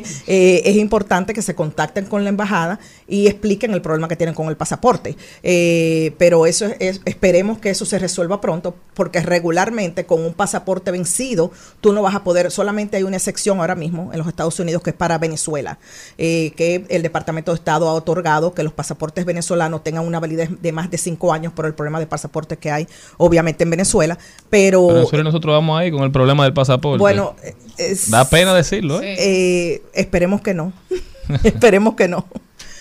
Es importante que se contacten con la embajada y expliquen el problema que tienen con el pasaporte. Pero eso esperemos que eso se resuelva pronto, porque regularmente con un pasaporte vencido, tú no vas a poder, solamente hay una excepción ahora mismo en los Estados Unidos que es para Venezuela, que el Departamento de Estado ha otorgado que los pasaportes venezolanos tengan una validez de más de 5 años por el problema de pasaporte que hay, obviamente, en Venezuela, pero nosotros vamos ahí con el problema del pasaporte. Bueno, da pena decirlo, ¿eh? Esperemos que no. Esperemos que no.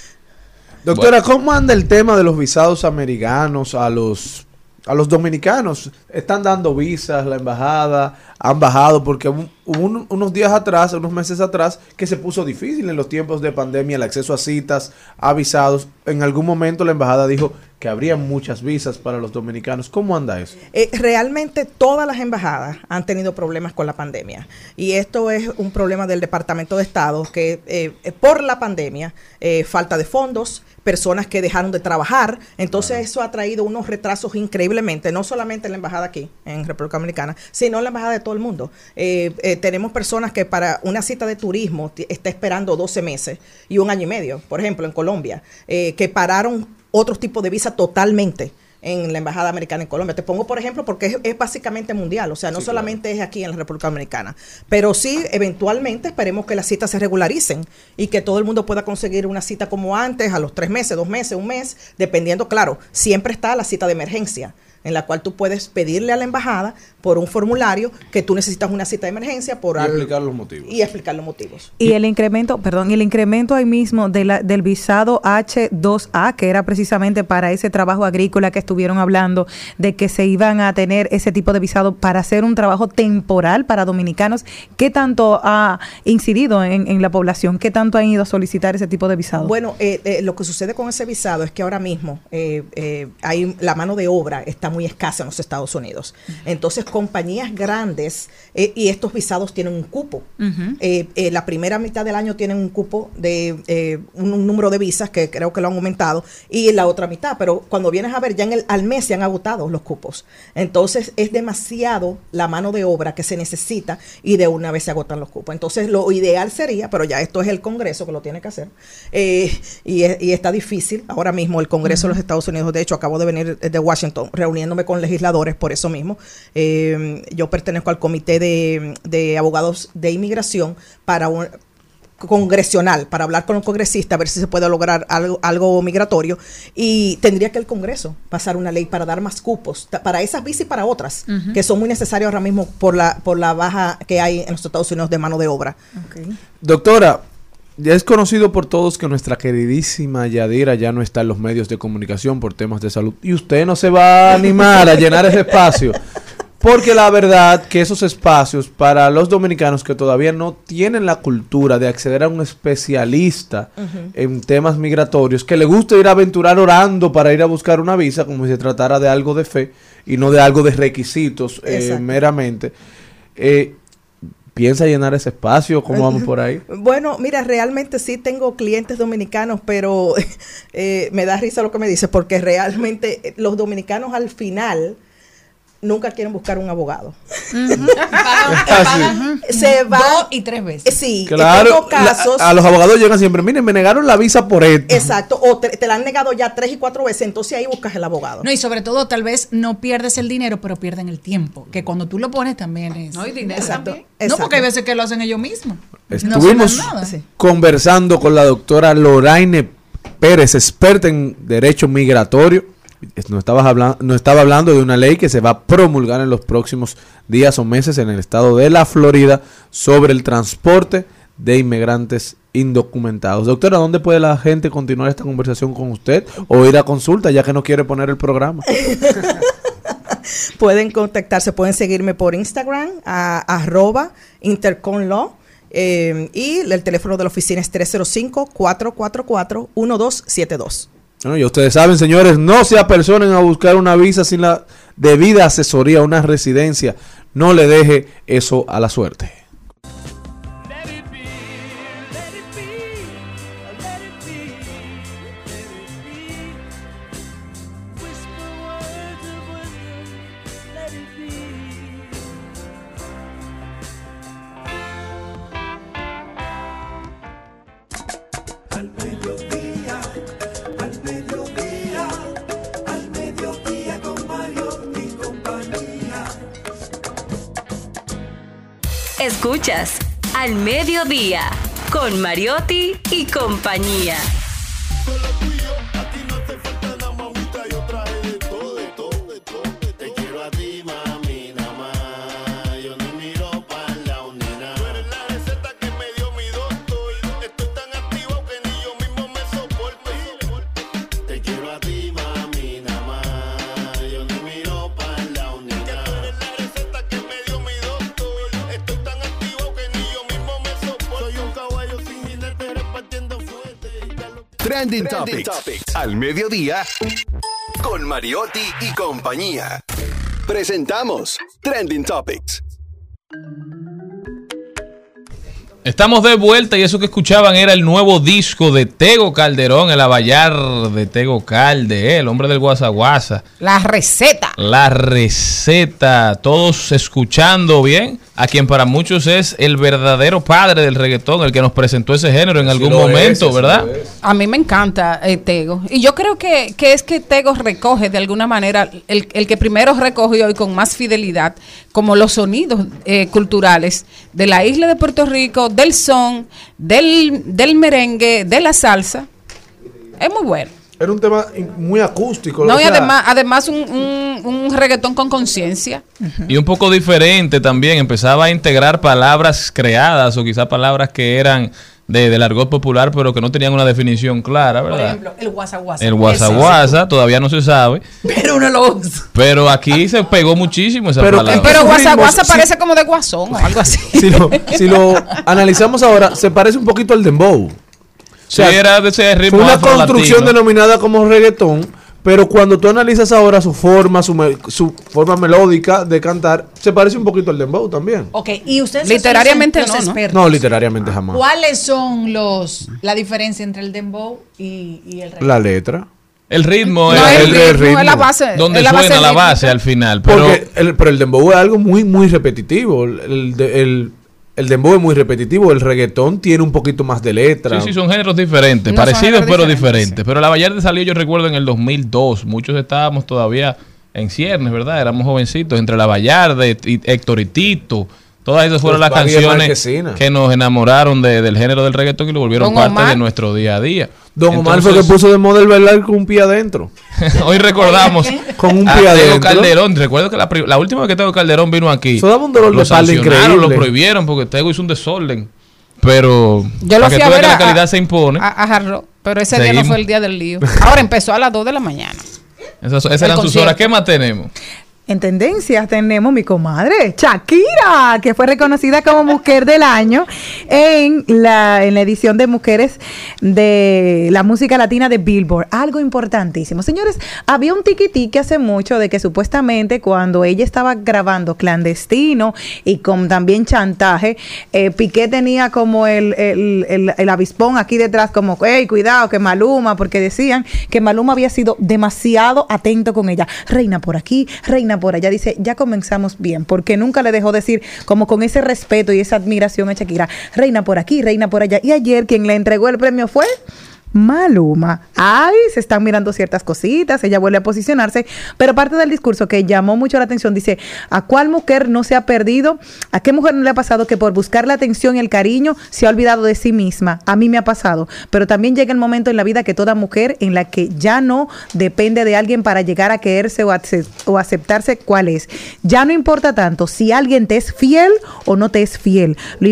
Doctora, ¿cómo anda el tema de los visados americanos a los dominicanos? ¿Están dando visas la embajada? ¿Han bajado? Porque hubo unos días atrás, unos meses atrás, que se puso difícil en los tiempos de pandemia el acceso a citas, a visados. En algún momento la embajada dijo que habría muchas visas para los dominicanos. ¿Cómo anda eso? Realmente todas las embajadas han tenido problemas con la pandemia. Y esto es un problema del Departamento de Estado que por la pandemia, falta de fondos, personas que dejaron de trabajar. Entonces eso ha traído unos retrasos increíblemente, no solamente en la embajada aquí, en República Dominicana, sino en la embajada de todo el mundo. Tenemos personas que para una cita de turismo está esperando 12 meses y 1 año y medio, por ejemplo, en Colombia, que pararon otros tipos de visa totalmente en la embajada americana en Colombia. Te pongo por ejemplo porque es básicamente mundial, o sea, no solamente es aquí en la República Dominicana, pero sí eventualmente esperemos que las citas se regularicen y que todo el mundo pueda conseguir una cita como antes, a los 3 meses, 2 meses, 1 mes, dependiendo, claro, siempre está la cita de emergencia, en la cual tú puedes pedirle a la embajada por un formulario que tú necesitas una cita de emergencia por explicar los motivos. Y explicar los motivos. Y el incremento ahí mismo del visado H2A, que era precisamente para ese trabajo agrícola que estuvieron hablando, de que se iban a tener ese tipo de visado para hacer un trabajo temporal para dominicanos. ¿Qué tanto ha incidido en la población? ¿Qué tanto han ido a solicitar ese tipo de visado? Bueno, lo que sucede con ese visado es que ahora mismo hay la mano de obra está muy escasa en los Estados Unidos. Entonces, compañías grandes, y estos visados tienen un cupo. La primera mitad del año tienen un cupo de un número de visas que creo que lo han aumentado, y la otra mitad, pero cuando vienes a ver, ya al mes se han agotado los cupos. Entonces, es demasiado la mano de obra que se necesita y de una vez se agotan los cupos. Entonces, lo ideal sería, pero ya esto es el Congreso que lo tiene que hacer, y está difícil. Ahora mismo el Congreso de los Estados Unidos, de hecho, acabo de venir de Washington, reuniéndome con legisladores por eso mismo. Yo pertenezco al comité de abogados de inmigración congresional, para hablar con un congresista, a ver si se puede lograr algo migratorio, y tendría que el Congreso pasar una ley para dar más cupos para esas visas y para otras, que son muy necesarias ahora mismo por la baja que hay en los Estados Unidos de mano de obra. Doctora, ya es conocido por todos que nuestra queridísima Yadira ya no está en los medios de comunicación por temas de salud, y usted no se va a animar a llenar ese espacio, porque la verdad que esos espacios para los dominicanos que todavía no tienen la cultura de acceder a un especialista en temas migratorios, que le gusta ir a aventurar orando para ir a buscar una visa, como si se tratara de algo de fe y no de algo de requisitos meramente, ¿piensa llenar ese espacio? ¿Cómo vamos por ahí? Bueno, mira, realmente sí tengo clientes dominicanos, pero me da risa lo que me dices, porque realmente los dominicanos al final nunca quieren buscar un abogado. Se va 2 y 3 veces. Sí, claro, tengo casos. A los abogados llegan siempre, miren, me negaron la visa por esto. Exacto, o te la han negado ya 3 y 4 veces, entonces ahí buscas el abogado. No, y sobre todo tal vez no pierdes el dinero, pero pierden el tiempo, que cuando tú lo pones también es. No, y dinero también. No, porque hay veces que lo hacen ellos mismos. Estuvimos conversando con la doctora Loraine Pérez, experta en derecho migratorio. Nos estaba hablando de una ley que se va a promulgar en los próximos días o meses en el estado de la Florida sobre el transporte de inmigrantes indocumentados. Doctora, ¿dónde puede la gente continuar esta conversación con usted o ir a consulta ya que no quiere poner el programa? Pueden contactarse, pueden seguirme por Instagram a @interconlaw. Y el teléfono de la oficina es 305-444-1272. Bueno, y ustedes saben, señores, no se apersonen a buscar una visa sin la debida asesoría, una residencia. No le deje eso a la suerte. Escuchas Al Mediodía con Mariotti y compañía. Trending Topics. Al mediodía con Mariotti y compañía. Presentamos Trending Topics. Estamos de vuelta y eso que escuchaban era el nuevo disco de Tego Calderón, el Abayar de Tego Calde, el hombre del Guasa Guasa. La receta. La receta. Todos escuchando bien a quien para muchos es el verdadero padre del reggaetón, el que nos presentó ese género en algún momento, ¿verdad? A mí me encanta Tego. Y yo creo que es que Tego recoge de alguna manera, el que primero recogió y con más fidelidad, como los sonidos culturales de la isla de Puerto Rico, del son, del merengue, de la salsa. Es muy bueno. Era un tema muy acústico. No, y además un reggaetón con conciencia. Y un poco diferente también. Empezaba a integrar palabras creadas o quizás palabras que eran del argot popular, pero que no tenían una definición clara, ¿verdad? Por ejemplo, el guasa guasa. El guasa guasa, todavía no se sabe. Pero uno lo usa. Pero aquí se pegó muchísimo esa palabra. Pero guasa guasa parece como de guasón o algo así. Si lo analizamos ahora, se parece un poquito al dembow. O sea, sí, era de ese ritmo una construcción latino, denominada como reggaetón, pero cuando tú analizas ahora su forma, su forma melódica de cantar, se parece un poquito al dembow también. Ok, y ustedes literariamente son los expertos. No, literariamente jamás. ¿Cuáles son la diferencia entre el dembow y el reggaetón? La letra. El ritmo, no, el ritmo es la base. Donde la suena base la base al final. Pero el dembow es algo muy, muy repetitivo. El dembow es muy repetitivo, el reggaetón tiene un poquito más de letra. Sí, son géneros diferentes, parecidos pero diferentes. Sí. Pero la Vallarta salió, yo recuerdo, en el 2002. Muchos estábamos todavía en ciernes, ¿verdad? Éramos jovencitos, entre la Vallarta y Héctor y Tito. Todas esas fueron las canciones que nos enamoraron del género del reggaetón y lo volvieron parte de nuestro día a día. Don Omar fue que puso de moda el bailar con un pie adentro. Hoy recordamos con un pie adentro. Tego Calderón. Recuerdo que la última vez que Tego Calderón vino aquí, eso daba un dolor de espalda increíble. Lo prohibieron porque Tego hizo un desorden. Pero yo lo fui a ver la calidad se impone. A Jarro, pero ese día no fue el día del lío. Ahora empezó a las 2 de la mañana. Esas eran sus horas. ¿Qué más tenemos? En tendencias tenemos mi comadre Shakira, que fue reconocida como Mujer del Año en la edición de Mujeres de la música latina de Billboard. Algo importantísimo. Señores, había un tiquitique hace mucho de que supuestamente cuando ella estaba grabando Clandestino y con también Chantaje, Piqué tenía como el avispón aquí detrás como, hey, cuidado, que Maluma, porque decían que Maluma había sido demasiado atento con ella. Reina por aquí, reina por allá. Dice, ya comenzamos bien, porque nunca le dejó decir como con ese respeto y esa admiración a Shakira, reina por aquí, reina por allá. Y ayer quien le entregó el premio fue Maluma. Ay, se están mirando ciertas cositas, ella vuelve a posicionarse, pero parte del discurso que llamó mucho la atención dice, ¿a cuál mujer no se ha perdido? ¿A qué mujer no le ha pasado que por buscar la atención y el cariño se ha olvidado de sí misma? A mí me ha pasado, pero también llega el momento en la vida que toda mujer en la que ya no depende de alguien para llegar a quererse o aceptarse cuál es. Ya no importa tanto si alguien te es fiel o no te es fiel.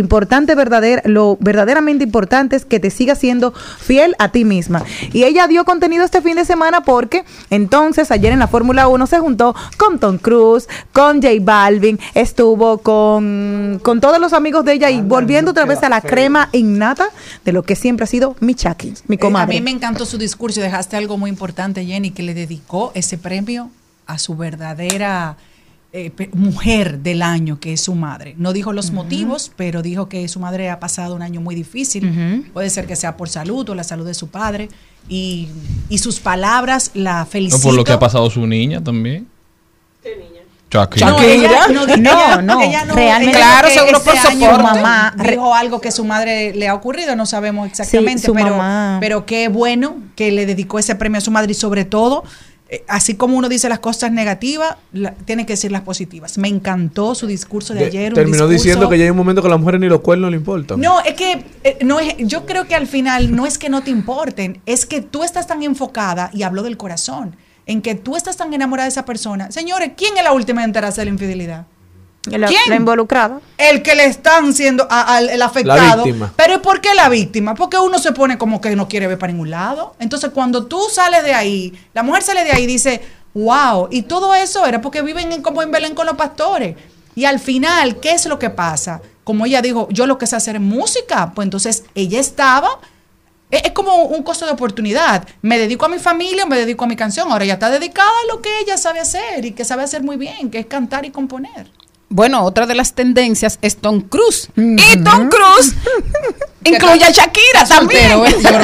Lo verdaderamente importante es que te siga siendo fiel a ti misma. Y ella dio contenido este fin de semana porque entonces ayer en la Fórmula 1 se juntó con Tom Cruise, con J Balvin, estuvo con todos los amigos de ella y volviendo otra vez a la crema innata de lo que siempre ha sido mi Chucky, mi comadre. A mí me encantó su discurso y dejaste algo muy importante, Jenny, que le dedicó ese premio a su verdadera mujer del año, que es su madre. No dijo los motivos, pero dijo que su madre ha pasado un año muy difícil. Puede ser que sea por salud o la salud de su padre. Y sus palabras la felicito. No, por lo que ha pasado su niña también. ¿Qué niña? Shakira. No, realmente. Claro, seguro por su mamá dijo algo que su madre le ha ocurrido, no sabemos exactamente, sí, pero qué bueno que le dedicó ese premio a su madre y sobre todo así como uno dice las cosas negativas, tiene que decir las positivas. Me encantó su discurso de ayer. Terminó diciendo que ya hay un momento que a las mujeres ni los cuernos le importan. No, es que yo creo que al final no es que no te importen, es que tú estás tan enfocada, y hablo del corazón, en que tú estás tan enamorada de esa persona. Señores, ¿quién es la última en enterarse de la infidelidad? ¿Quién? La involucrada. El que le están siendo el afectado. La víctima. Pero ¿por qué la víctima? Porque uno se pone como que no quiere ver para ningún lado. Entonces, cuando tú sales de ahí, la mujer sale de ahí y dice, wow, y todo eso era porque viven como en Belén con los pastores. Y al final, ¿qué es lo que pasa? Como ella dijo, yo lo que sé hacer es música. Pues entonces, ella estaba... Es como un costo de oportunidad. Me dedico a mi familia, me dedico a mi canción. Ahora ella está dedicada a lo que ella sabe hacer y que sabe hacer muy bien, que es cantar y componer. Bueno, otra de las tendencias es Tom Cruise. Y Tom Cruise incluye a Shakira también.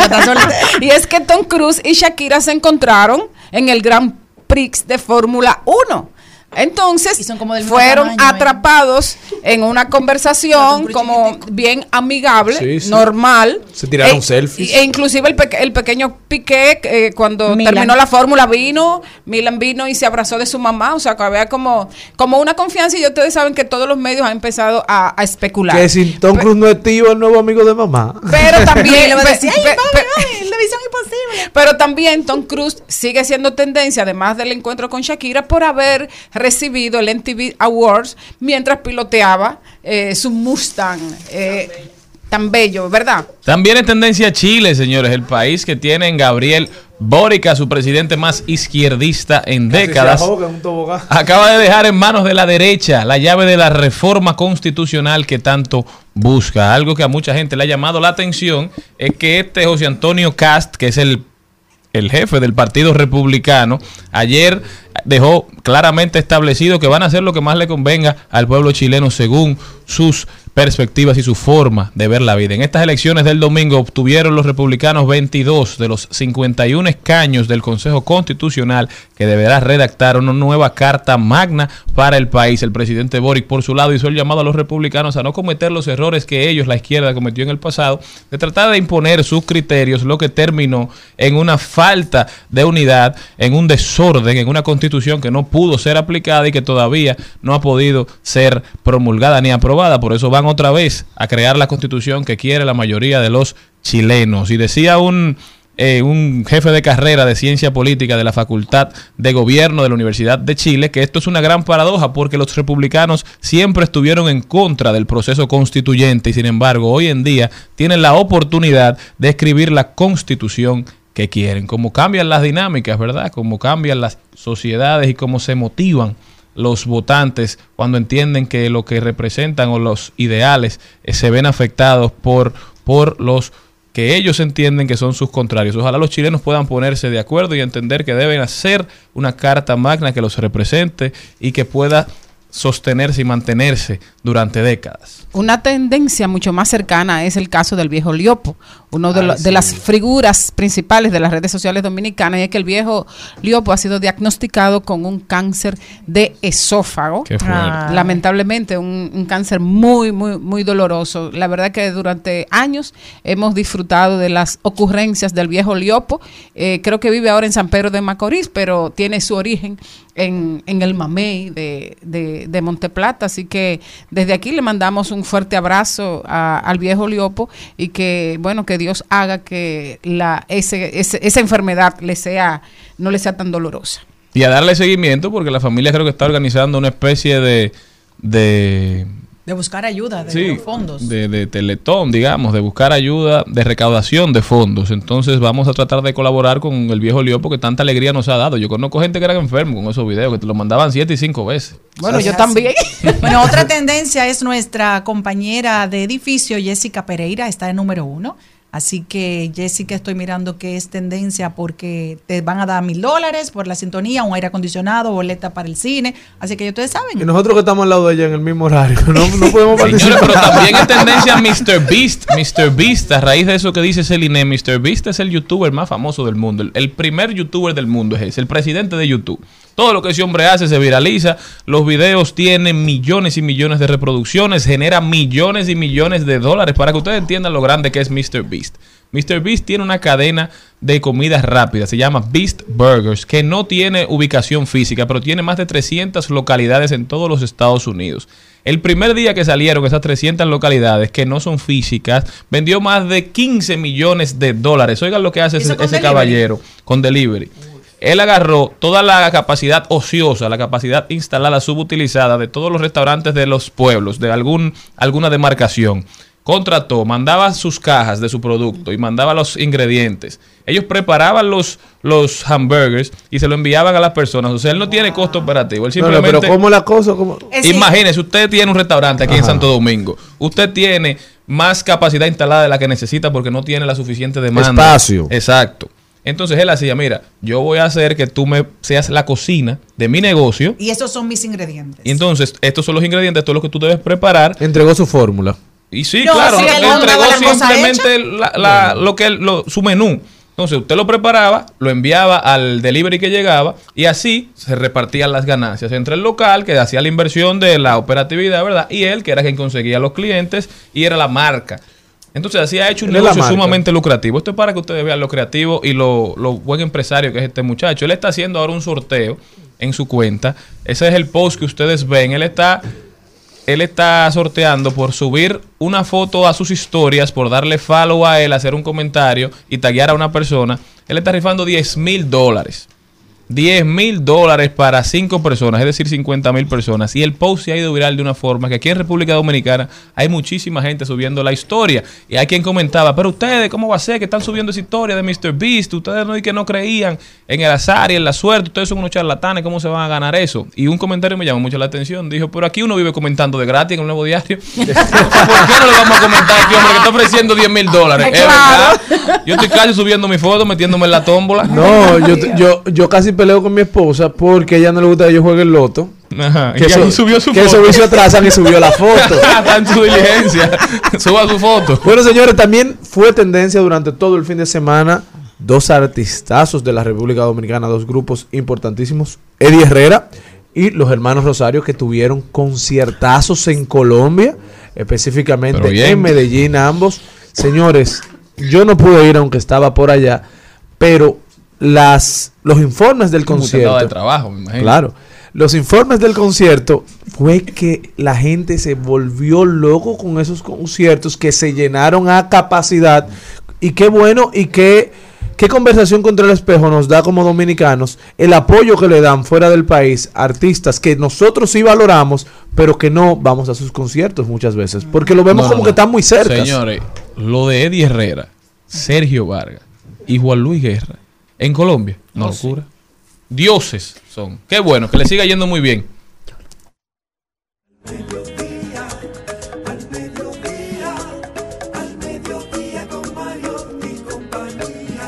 Y es que Tom Cruise y Shakira se encontraron en el Grand Prix de Fórmula 1. Entonces fueron atrapados en una conversación como bien amigable, normal. Se tiraron selfies. E inclusive el pequeño Piqué, cuando terminó la fórmula, Milan vino y se abrazó de su mamá. O sea, que había como una confianza, y ustedes saben que todos los medios han empezado a especular. Que si Tom Cruise no es tío, el nuevo amigo de mamá. Pero también... le va a decir, la visión imposible. Pero también Tom Cruise sigue siendo tendencia, además del encuentro con Shakira, por haber recibido el MTV Awards mientras piloteaba su Mustang tan bello, ¿verdad? También es tendencia Chile, señores, el país que tiene en Gabriel Boric, su presidente más izquierdista en décadas. Acaba de dejar en manos de la derecha la llave de la reforma constitucional que tanto busca. Algo que a mucha gente le ha llamado la atención es que José Antonio Cast, que es el jefe del Partido Republicano, ayer dejó claramente establecido que van a hacer lo que más le convenga al pueblo chileno según sus perspectivas y su forma de ver la vida. En estas elecciones del domingo obtuvieron los republicanos 22 de los 51 escaños del Consejo Constitucional, que deberá redactar una nueva carta magna para el país. El presidente Boric, por su lado, hizo el llamado a los republicanos a no cometer los errores que ellos, la izquierda, cometió en el pasado, de tratar de imponer sus criterios, lo que terminó en una falta de unidad, en un desorden, en una constitución que no pudo ser aplicada y que todavía no ha podido ser promulgada ni aprobada. Por eso van otra vez a crear la constitución que quiere la mayoría de los chilenos. Y decía un jefe de carrera de ciencia política de la Facultad de Gobierno de la Universidad de Chile que esto es una gran paradoja porque los republicanos siempre estuvieron en contra del proceso constituyente y sin embargo hoy en día tienen la oportunidad de escribir la constitución que quieren. Cómo cambian las dinámicas, ¿verdad? Cómo cambian las sociedades y cómo se motivan los votantes cuando entienden que lo que representan o los ideales se ven afectados por los que ellos entienden que son sus contrarios. Ojalá los chilenos puedan ponerse de acuerdo y entender que deben hacer una carta magna que los represente y que pueda sostenerse y mantenerse durante décadas. Una tendencia mucho más cercana es el caso del viejo Liopo, uno de las figuras principales de las redes sociales dominicanas, y es que el viejo Liopo ha sido diagnosticado con un cáncer de esófago. Qué fuerte. Lamentablemente un cáncer muy, muy, muy doloroso. La verdad que durante años hemos disfrutado de las ocurrencias del viejo Liopo. Creo que vive ahora en San Pedro de Macorís, pero tiene su origen en el Mamey de Monteplata, así que desde aquí le mandamos un fuerte abrazo al viejo Liopo y que bueno, que Dios haga que esa enfermedad no le sea tan dolorosa. Y a darle seguimiento porque la familia creo que está organizando una especie de buscar ayuda, de fondos. De Teletón, digamos, de buscar ayuda, de recaudación de fondos. Entonces vamos a tratar de colaborar con el viejo Liopo que tanta alegría nos ha dado. Yo conozco gente que era enfermo con esos videos, que te lo mandaban 7 y 5 veces. Bueno, yo también. Bueno, otra tendencia es nuestra compañera de edificio, Jessica Pereira, está en número 1. Así que, Jessica, estoy mirando que es tendencia porque te van a dar $1,000 por la sintonía, un aire acondicionado, boleta para el cine. Así que ustedes saben. Y nosotros que estamos al lado de ella en el mismo horario, no podemos participar. Señores, pero también es tendencia Mr. Beast. Mr. Beast, a raíz de eso que dice Celine, Mr. Beast es el youtuber más famoso del mundo. El primer youtuber del mundo es ese, el presidente de YouTube. Todo lo que ese hombre hace se viraliza. Los videos tienen millones y millones de reproducciones, generan millones y millones de dólares. Para que ustedes entiendan lo grande que es MrBeast. MrBeast tiene una cadena de comidas rápidas, se llama Beast Burgers, que no tiene ubicación física, pero tiene más de 300 localidades en todos los Estados Unidos. El primer día que salieron esas 300 localidades, que no son físicas, vendió más de 15 millones de dólares. Oigan lo que hace ese caballero con delivery. Él agarró toda la capacidad ociosa, la capacidad instalada, subutilizada de todos los restaurantes de los pueblos, de alguna demarcación. Contrató, mandaba sus cajas de su producto y mandaba los ingredientes. Ellos preparaban los hamburgers y se lo enviaban a las personas. O sea, él no tiene costo operativo. Él simplemente... pero ¿cómo la cosa? ¿Cómo? Imagínese, usted tiene un restaurante aquí en Santo Domingo. Usted tiene más capacidad instalada de la que necesita porque no tiene la suficiente demanda. Espacio. Exacto. Entonces él hacía, mira, yo voy a hacer que tú me seas la cocina de mi negocio. Y esos son mis ingredientes. Y entonces, estos son los ingredientes, esto es lo que tú debes preparar. Entregó su fórmula. Y sí, no, claro, entregó simplemente su menú. Entonces usted lo preparaba, lo enviaba al delivery que llegaba y así se repartían las ganancias entre el local que hacía la inversión de la operatividad, ¿verdad? Y él, que era quien conseguía los clientes y era la marca. Entonces así ha hecho un negocio sumamente lucrativo. Esto es para que ustedes vean lo creativo y lo buen empresario que es este muchacho. Él está haciendo ahora un sorteo en su cuenta. Ese es el post que ustedes ven. Él está sorteando por subir una foto a sus historias, por darle follow a él, hacer un comentario y taguear a una persona. Él está rifando $10,000. $10,000 para 5 personas, es decir, 50,000 personas. Y el post se ha ido viral de una forma que aquí en República Dominicana hay muchísima gente subiendo la historia. Y hay quien comentaba, pero ustedes, ¿cómo va a ser que están subiendo esa historia de MrBeast? Ustedes no creían en el azar y en la suerte. Ustedes son unos charlatanes, ¿cómo se van a ganar eso? Y un comentario me llamó mucho la atención. Dijo, pero aquí uno vive comentando de gratis en el Nuevo Diario. ¿Por qué no le vamos a comentar a este hombre que está ofreciendo $10,000? Es verdad. Yo estoy casi subiendo mi foto, metiéndome en la tómbola. No, yo casi peleo con mi esposa porque a ella no le gusta que yo juegue el loto. Ajá. Que y subió su foto. Que eso se atrasan y subió la foto. Está en su diligencia. Suba su foto. Bueno, señores, también fue tendencia durante todo el fin de semana 2 artistazos de la República Dominicana, 2 grupos importantísimos, Eddie Herrera y los hermanos Rosario, que tuvieron conciertazos en Colombia, específicamente en Medellín, ambos. Señores, yo no pude ir aunque estaba por allá, pero los informes del concierto de trabajo, me imagino. Claro, los informes del concierto fue que la gente se volvió loco con esos conciertos que se llenaron a capacidad. Y qué bueno y qué conversación contra el espejo nos da como dominicanos el apoyo que le dan fuera del país artistas que nosotros sí valoramos, pero que no vamos a sus conciertos muchas veces porque lo vemos que están muy cerca. Señores, lo de Eddie Herrera, Sergio Vargas y Juan Luis Guerra en Colombia, no locura. Dioses son. Qué bueno, que le siga yendo muy bien. Al mediodía con Mariotti y compañía.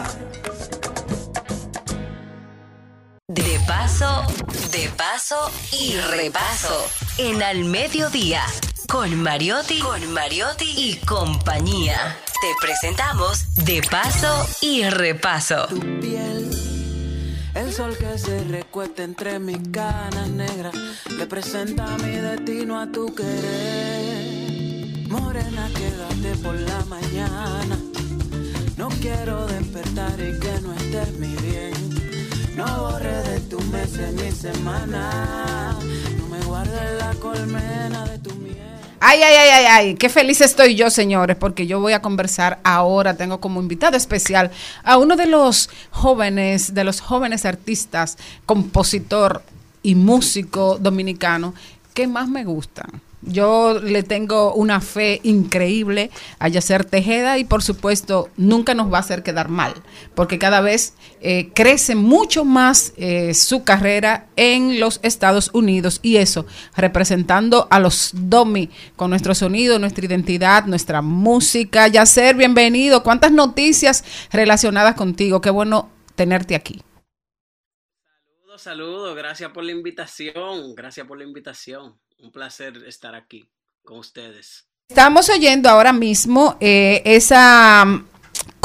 De paso y repaso. En Al Mediodía, con Mariotti y compañía. Te presentamos De Paso y Repaso. Tu piel, el sol que se recuesta entre mis canas negras, le presenta mi destino a tu querer. Morena, quédate por la mañana. No quiero despertar y que no estés mi bien. No borre de tu meses ni semana. No me guardes la colmena de tu miel. Ay, qué feliz estoy yo, señores, porque yo voy a conversar ahora, tengo como invitado especial a uno de los jóvenes artistas, compositor y músico dominicano que más me gustan. Yo le tengo una fe increíble a Yacer Tejeda y por supuesto nunca nos va a hacer quedar mal, porque cada vez crece mucho más su carrera en los Estados Unidos y eso, representando a los Domi con nuestro sonido, nuestra identidad, nuestra música. Yacer, bienvenido. ¿Cuántas noticias relacionadas contigo? Qué bueno tenerte aquí. Saludos, gracias por la invitación, un placer estar aquí con ustedes. Estamos oyendo ahora mismo esa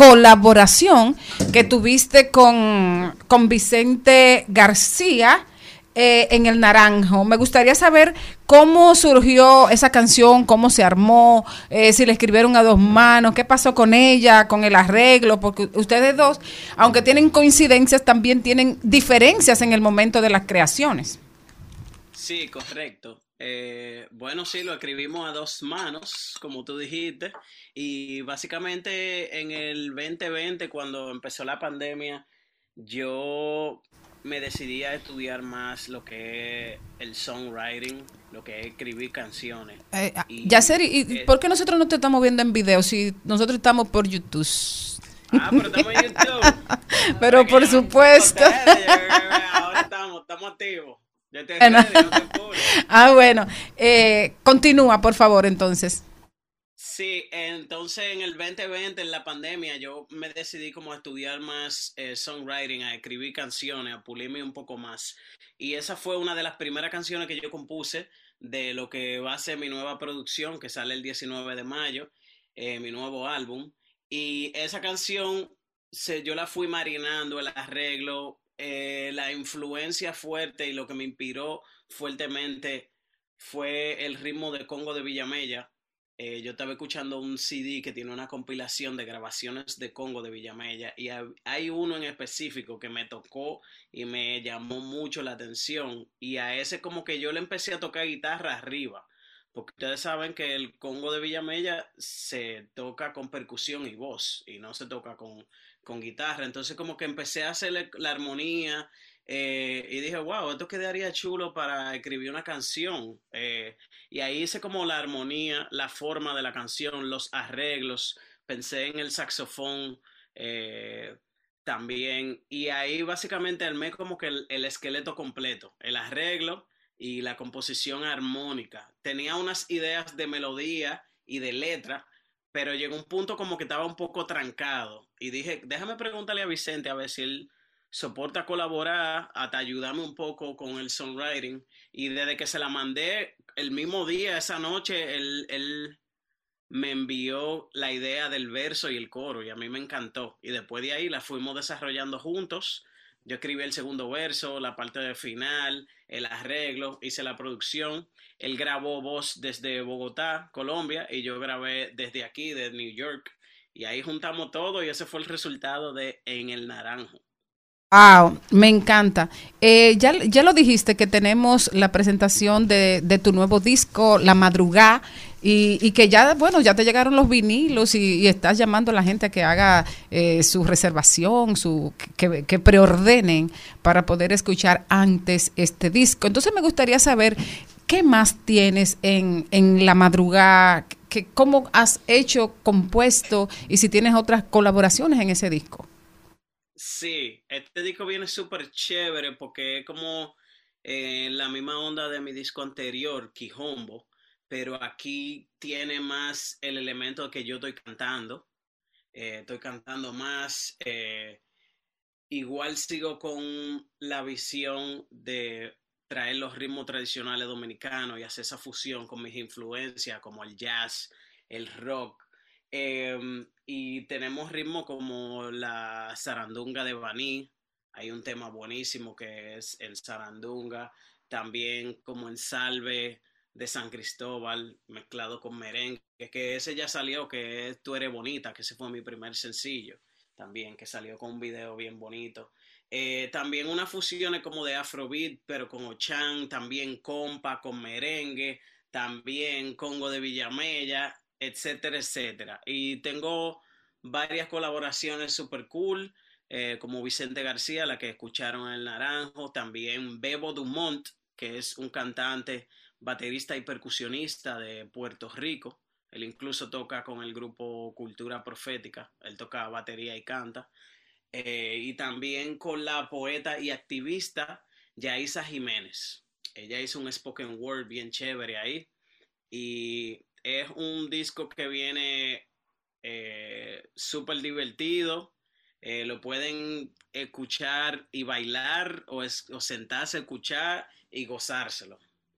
colaboración que tuviste con Vicente García en El Naranjo. Me gustaría saber cómo surgió esa canción, cómo se armó, si la escribieron a dos manos, qué pasó con ella, con el arreglo, porque ustedes dos, aunque tienen coincidencias, también tienen diferencias en el momento de las creaciones. Sí, correcto. Bueno, sí, lo escribimos a dos manos, como tú dijiste, y básicamente en el 2020, cuando empezó la pandemia, yo me decidí a estudiar más lo que es el songwriting, lo que es escribir canciones. Yacer, ¿y por qué nosotros no te estamos viendo en video si nosotros estamos por YouTube? Pero estamos en YouTube. Pero por supuesto. Ahora estamos activos. Ya te ready, no te apures. Bueno. Continúa, por favor, entonces. Sí, entonces en el 2020, en la pandemia, yo me decidí como a estudiar más songwriting, a escribir canciones, a pulirme un poco más. Y esa fue una de las primeras canciones que yo compuse de lo que va a ser mi nueva producción, que sale el 19 de mayo, mi nuevo álbum. Y esa canción, yo la fui marinando, el arreglo, la influencia fuerte y lo que me inspiró fuertemente fue el ritmo de Congo de Villamella. Yo estaba escuchando un CD que tiene una compilación de grabaciones de Congo de Villamella y hay uno en específico que me tocó y me llamó mucho la atención, y a ese como que yo le empecé a tocar guitarra arriba, porque ustedes saben que el Congo de Villamella se toca con percusión y voz y no se toca con guitarra. Entonces como que empecé a hacer la armonía, y dije, wow, esto quedaría chulo para escribir una canción. Y ahí hice como la armonía, la forma de la canción, los arreglos. Pensé en el saxofón también. Y ahí básicamente armé como que el esqueleto completo, el arreglo y la composición armónica. Tenía unas ideas de melodía y de letra, pero llegó un punto como que estaba un poco trancado. Y dije, déjame preguntarle a Vicente a ver si él soporta colaborar, hasta ayudarme un poco con el songwriting. Y desde que se la mandé el mismo día, esa noche, él me envió la idea del verso y el coro, y a mí me encantó. Y después de ahí la fuimos desarrollando juntos. Yo escribí el segundo verso, la parte de final, el arreglo, hice la producción. Él grabó voz desde Bogotá, Colombia, y yo grabé desde aquí, de New York. Y ahí juntamos todo y ese fue el resultado de En el Naranjo. Wow, me encanta. Ya lo dijiste que tenemos la presentación de tu nuevo disco, La Madrugada, y que ya, bueno, ya te llegaron los vinilos y estás llamando a la gente a que haga su reservación, que preordenen para poder escuchar antes este disco. Entonces me gustaría saber qué más tienes en La Madrugada, cómo has hecho, compuesto, y si tienes otras colaboraciones en ese disco. Sí, este disco viene súper chévere porque es como la misma onda de mi disco anterior, Quijombo, pero aquí tiene más el elemento de que yo estoy cantando más, igual sigo con la visión de traer los ritmos tradicionales dominicanos y hacer esa fusión con mis influencias como el jazz, el rock. Y tenemos ritmos como la zarandunga de Baní. Hay un tema buenísimo que es el zarandunga. También como el salve de San Cristóbal mezclado con merengue, que ese ya salió, que es Tú Eres Bonita, que ese fue mi primer sencillo también, que salió con un video bien bonito. También unas fusiones como de Afrobeat, pero con Ochan, también compa con merengue, también Congo de Villamella, etcétera, etcétera. Y tengo varias colaboraciones super cool, como Vicente García, la que escucharon en El Naranjo, también Bebo Dumont, que es un cantante, baterista y percusionista de Puerto Rico. Él incluso toca con el grupo Cultura Profética, él toca batería y canta. Y también con la poeta y activista Yaisa Jiménez. Ella hizo un spoken word bien chévere ahí. Y es un disco que viene súper divertido. Lo pueden escuchar y bailar o sentarse a escuchar y gozárselo.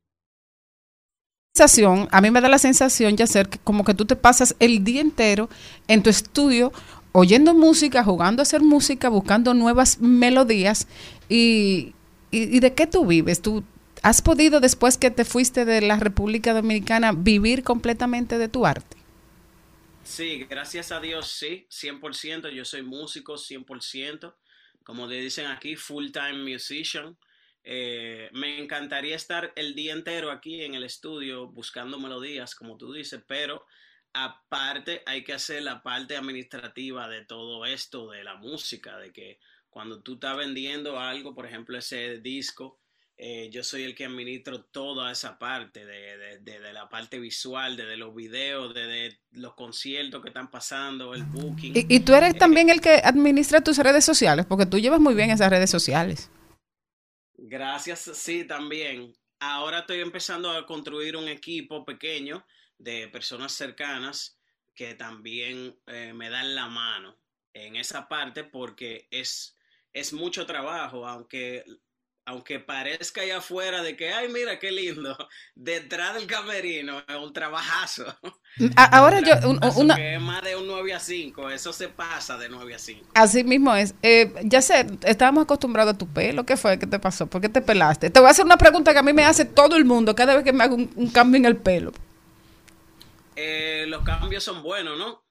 A mí me da la sensación, Yacer, que como que tú te pasas el día entero en tu estudio oyendo música, jugando a hacer música, buscando nuevas melodías y ¿Y de qué tú vives? ¿Tú has podido, después que te fuiste de la República Dominicana, vivir completamente de tu arte? Sí, gracias a Dios, sí, 100%. Yo soy músico 100%. Como le dicen aquí, full-time musician. Me encantaría estar el día entero aquí en el estudio buscando melodías, como tú dices, pero aparte hay que hacer la parte administrativa de todo esto, de la música, de que cuando tú estás vendiendo algo, por ejemplo, ese disco, yo soy el que administro toda esa parte, de la parte visual, de los videos, de los conciertos que están pasando, el booking. ¿Y tú eres también el que administra tus redes sociales? Porque tú llevas muy bien esas redes sociales. Gracias, sí, también. Ahora estoy empezando a construir un equipo pequeño de personas cercanas que también me dan la mano en esa parte, porque es mucho trabajo, aunque parezca allá afuera de que, ay, mira qué lindo, detrás del camerino es un trabajazo. Ahora que es más de un 9 a 5, eso se pasa de 9 a 5. Así mismo es. Ya sé, estábamos acostumbrados a tu pelo. ¿Qué fue que te pasó? ¿Por qué te pelaste? Te voy a hacer una pregunta que a mí me hace todo el mundo cada vez que me hago un cambio en el pelo. Los cambios son buenos, ¿no?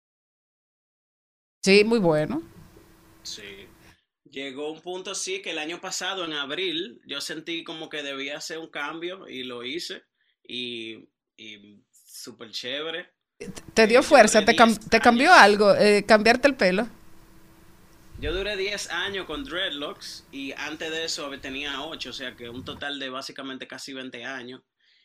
Sí, muy bueno. Sí. Llegó un punto, sí, que el año pasado, en abril, yo sentí como que debía hacer un cambio y lo hice. Y súper chévere. ¿Te dio fuerza? ¿Te cambió algo cambiarte el pelo? Yo duré 10 años con dreadlocks y antes de eso tenía 8, o sea que un total de básicamente casi 20 años.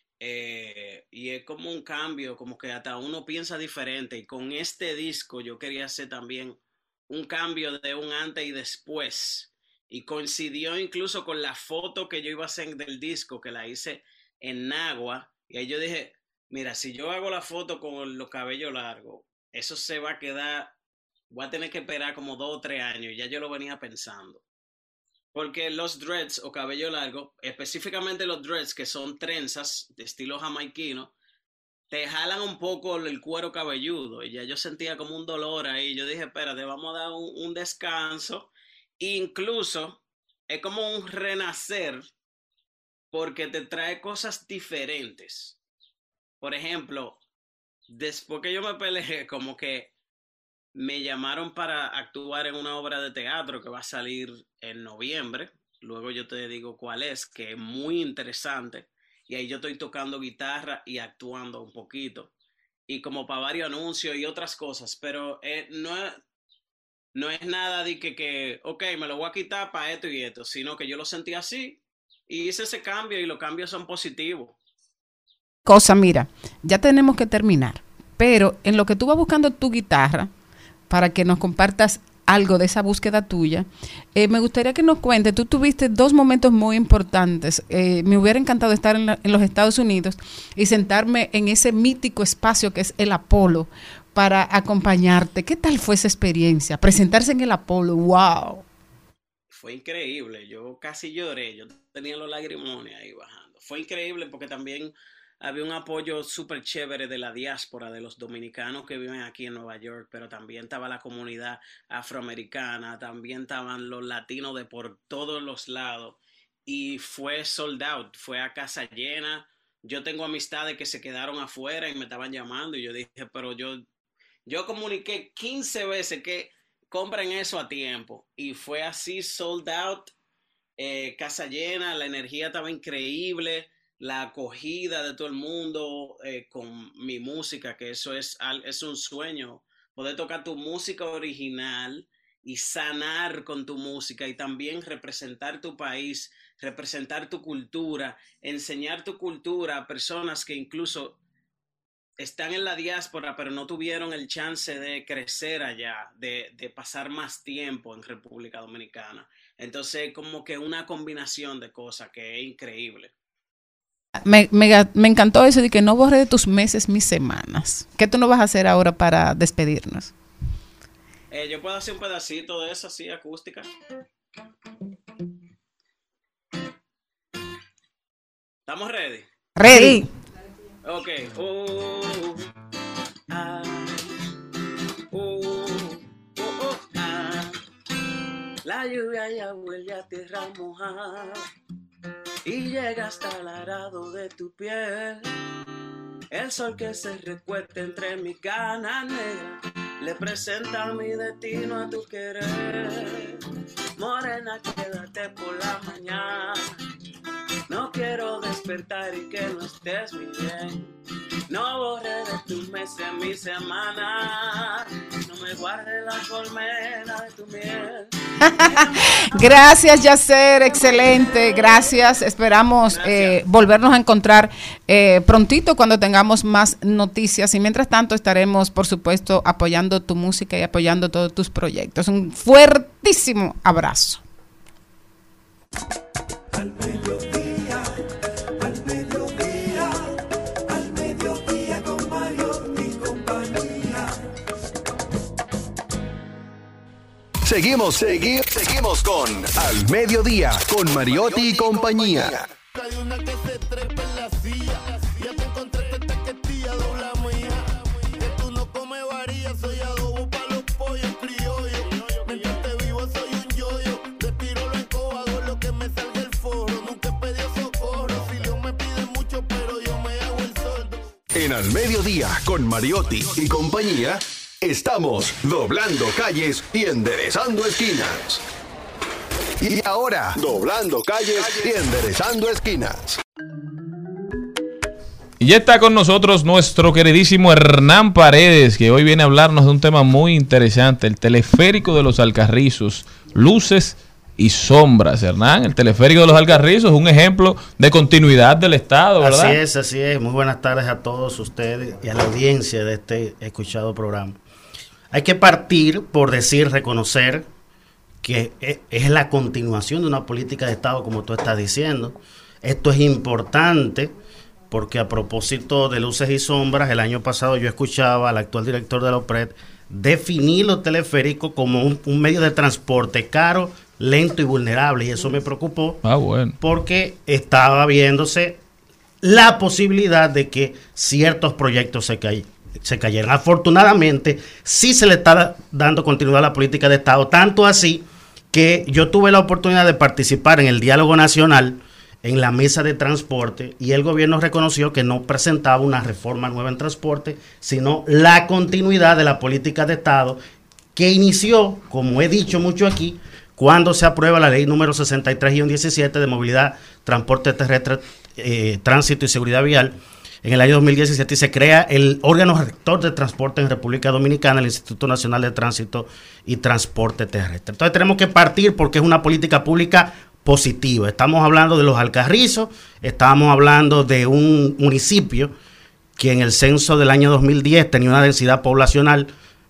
Y es como un cambio, como que hasta uno piensa diferente. Y con este disco yo quería hacer también un cambio de un antes y después. Y coincidió incluso con la foto que yo iba a hacer del disco, que la hice en Nagua. Y ahí yo dije, mira, si yo hago la foto con los cabellos largos, eso se va a quedar, voy a tener que esperar como 2 o 3 años. Ya yo lo venía pensando. Porque los dreads o cabello largo, específicamente los dreads, que son trenzas de estilo jamaiquino, te jalan un poco el cuero cabelludo. Y ya yo sentía como un dolor ahí. Yo dije, espérate, vamos a dar un descanso. Incluso es como un renacer, porque te trae cosas diferentes. Por ejemplo, después que yo me peleé, como que me llamaron para actuar en una obra de teatro que va a salir en noviembre. Luego yo te digo cuál es, que es muy interesante. Y ahí yo estoy tocando guitarra y actuando un poquito. Y como para varios anuncios y otras cosas. Pero no es nada de que, ok, me lo voy a quitar para esto y esto. Sino que yo lo sentí así y hice ese cambio y los cambios son positivos. Mira, ya tenemos que terminar. Pero en lo que tú vas buscando tu guitarra, para que nos compartas algo de esa búsqueda tuya, me gustaría que nos cuentes, tú tuviste 2 momentos muy importantes. Me hubiera encantado estar en los Estados Unidos y sentarme en ese mítico espacio que es el Apolo para acompañarte. ¿Qué tal fue esa experiencia? Presentarse en el Apolo, wow. Fue increíble, yo casi lloré, yo tenía los lagrimones ahí bajando. Fue increíble porque también había un apoyo súper chévere de la diáspora, de los dominicanos que viven aquí en Nueva York, pero también estaba la comunidad afroamericana, también estaban los latinos de por todos los lados, y fue sold out, fue a casa llena. Yo tengo amistades que se quedaron afuera y me estaban llamando, y yo dije, pero yo comuniqué 15 veces que compren eso a tiempo, y fue así, sold out, casa llena, la energía estaba increíble, la acogida de todo el mundo con mi música, que eso es un sueño, poder tocar tu música original y sanar con tu música y también representar tu país, representar tu cultura, enseñar tu cultura a personas que incluso están en la diáspora pero no tuvieron el chance de crecer allá, de pasar más tiempo en República Dominicana. Entonces como que una combinación de cosas que es increíble. Me encantó eso de que no borré de tus meses mis semanas. ¿Qué tú no vas a hacer ahora para despedirnos? Yo puedo hacer un pedacito de eso así, acústica. ¿Estamos ready? Ready. Ok. La lluvia ya huele a tierra mojada y llega hasta el arado de tu piel. El sol que se recuesta entre mis canas negras le presenta mi destino a tu querer. Morena, quédate por la mañana. No quiero despertar y que no estés bien. No borre de tus meses mi semana. No me guarde la colmena de tu miel. Gracias, Yacer, excelente, gracias. Esperamos volvernos a encontrar prontito cuando tengamos más noticias y mientras tanto estaremos, por supuesto, apoyando tu música y apoyando todos tus proyectos. Un fuertísimo abrazo. Al mediodía, al mediodía, al mediodía con Mariotti y compañía. Seguimos con Al Mediodía con Mariotti y compañía. Hay una que se trepa en la silla. Ya te encontré que te quetilla dobla mía. Que tú no comes varía, soy adobo pa' los pollos criollos. Mientras te vivo soy un yoyo. Te tiro la escoba, hago lo que me salga el forro. Nunca he pedido socorro. Si Dios me pide mucho, pero yo me hago el soldo. En Al Mediodía con Mariotti y compañía, estamos doblando calles y enderezando esquinas. Y ahora, doblando calles y enderezando esquinas. Y ya está con nosotros nuestro queridísimo Hernán Paredes, que hoy viene a hablarnos de un tema muy interesante, el teleférico de los Alcarrizos, luces y sombras. Hernán, el teleférico de los Alcarrizos es un ejemplo de continuidad del Estado, ¿verdad? Así es. Muy buenas tardes a todos ustedes y a la audiencia de este escuchado programa. Hay que partir por reconocer que es la continuación de una política de Estado, como tú estás diciendo. Esto es importante porque a propósito de luces y sombras, el año pasado yo escuchaba al actual director de la OPRED definir los teleféricos como un medio de transporte caro, lento y vulnerable, y eso me preocupó porque estaba viéndose la posibilidad de que ciertos proyectos se cayeran. Afortunadamente, sí se le está dando continuidad a la política de Estado, tanto así que yo tuve la oportunidad de participar en el diálogo nacional en la mesa de transporte y el gobierno reconoció que no presentaba una reforma nueva en transporte, sino la continuidad de la política de Estado que inició, como he dicho mucho aquí, cuando se aprueba la ley número 63-17 de movilidad, transporte terrestre, tránsito y seguridad vial en el año 2017 y se crea el órgano rector de transporte en República Dominicana, el Instituto Nacional de Tránsito y Transporte Terrestre. Entonces tenemos que partir porque es una política pública positiva. Estamos hablando de los Alcarrizos, estamos hablando de un municipio que en el censo del año 2010 tenía una densidad poblacional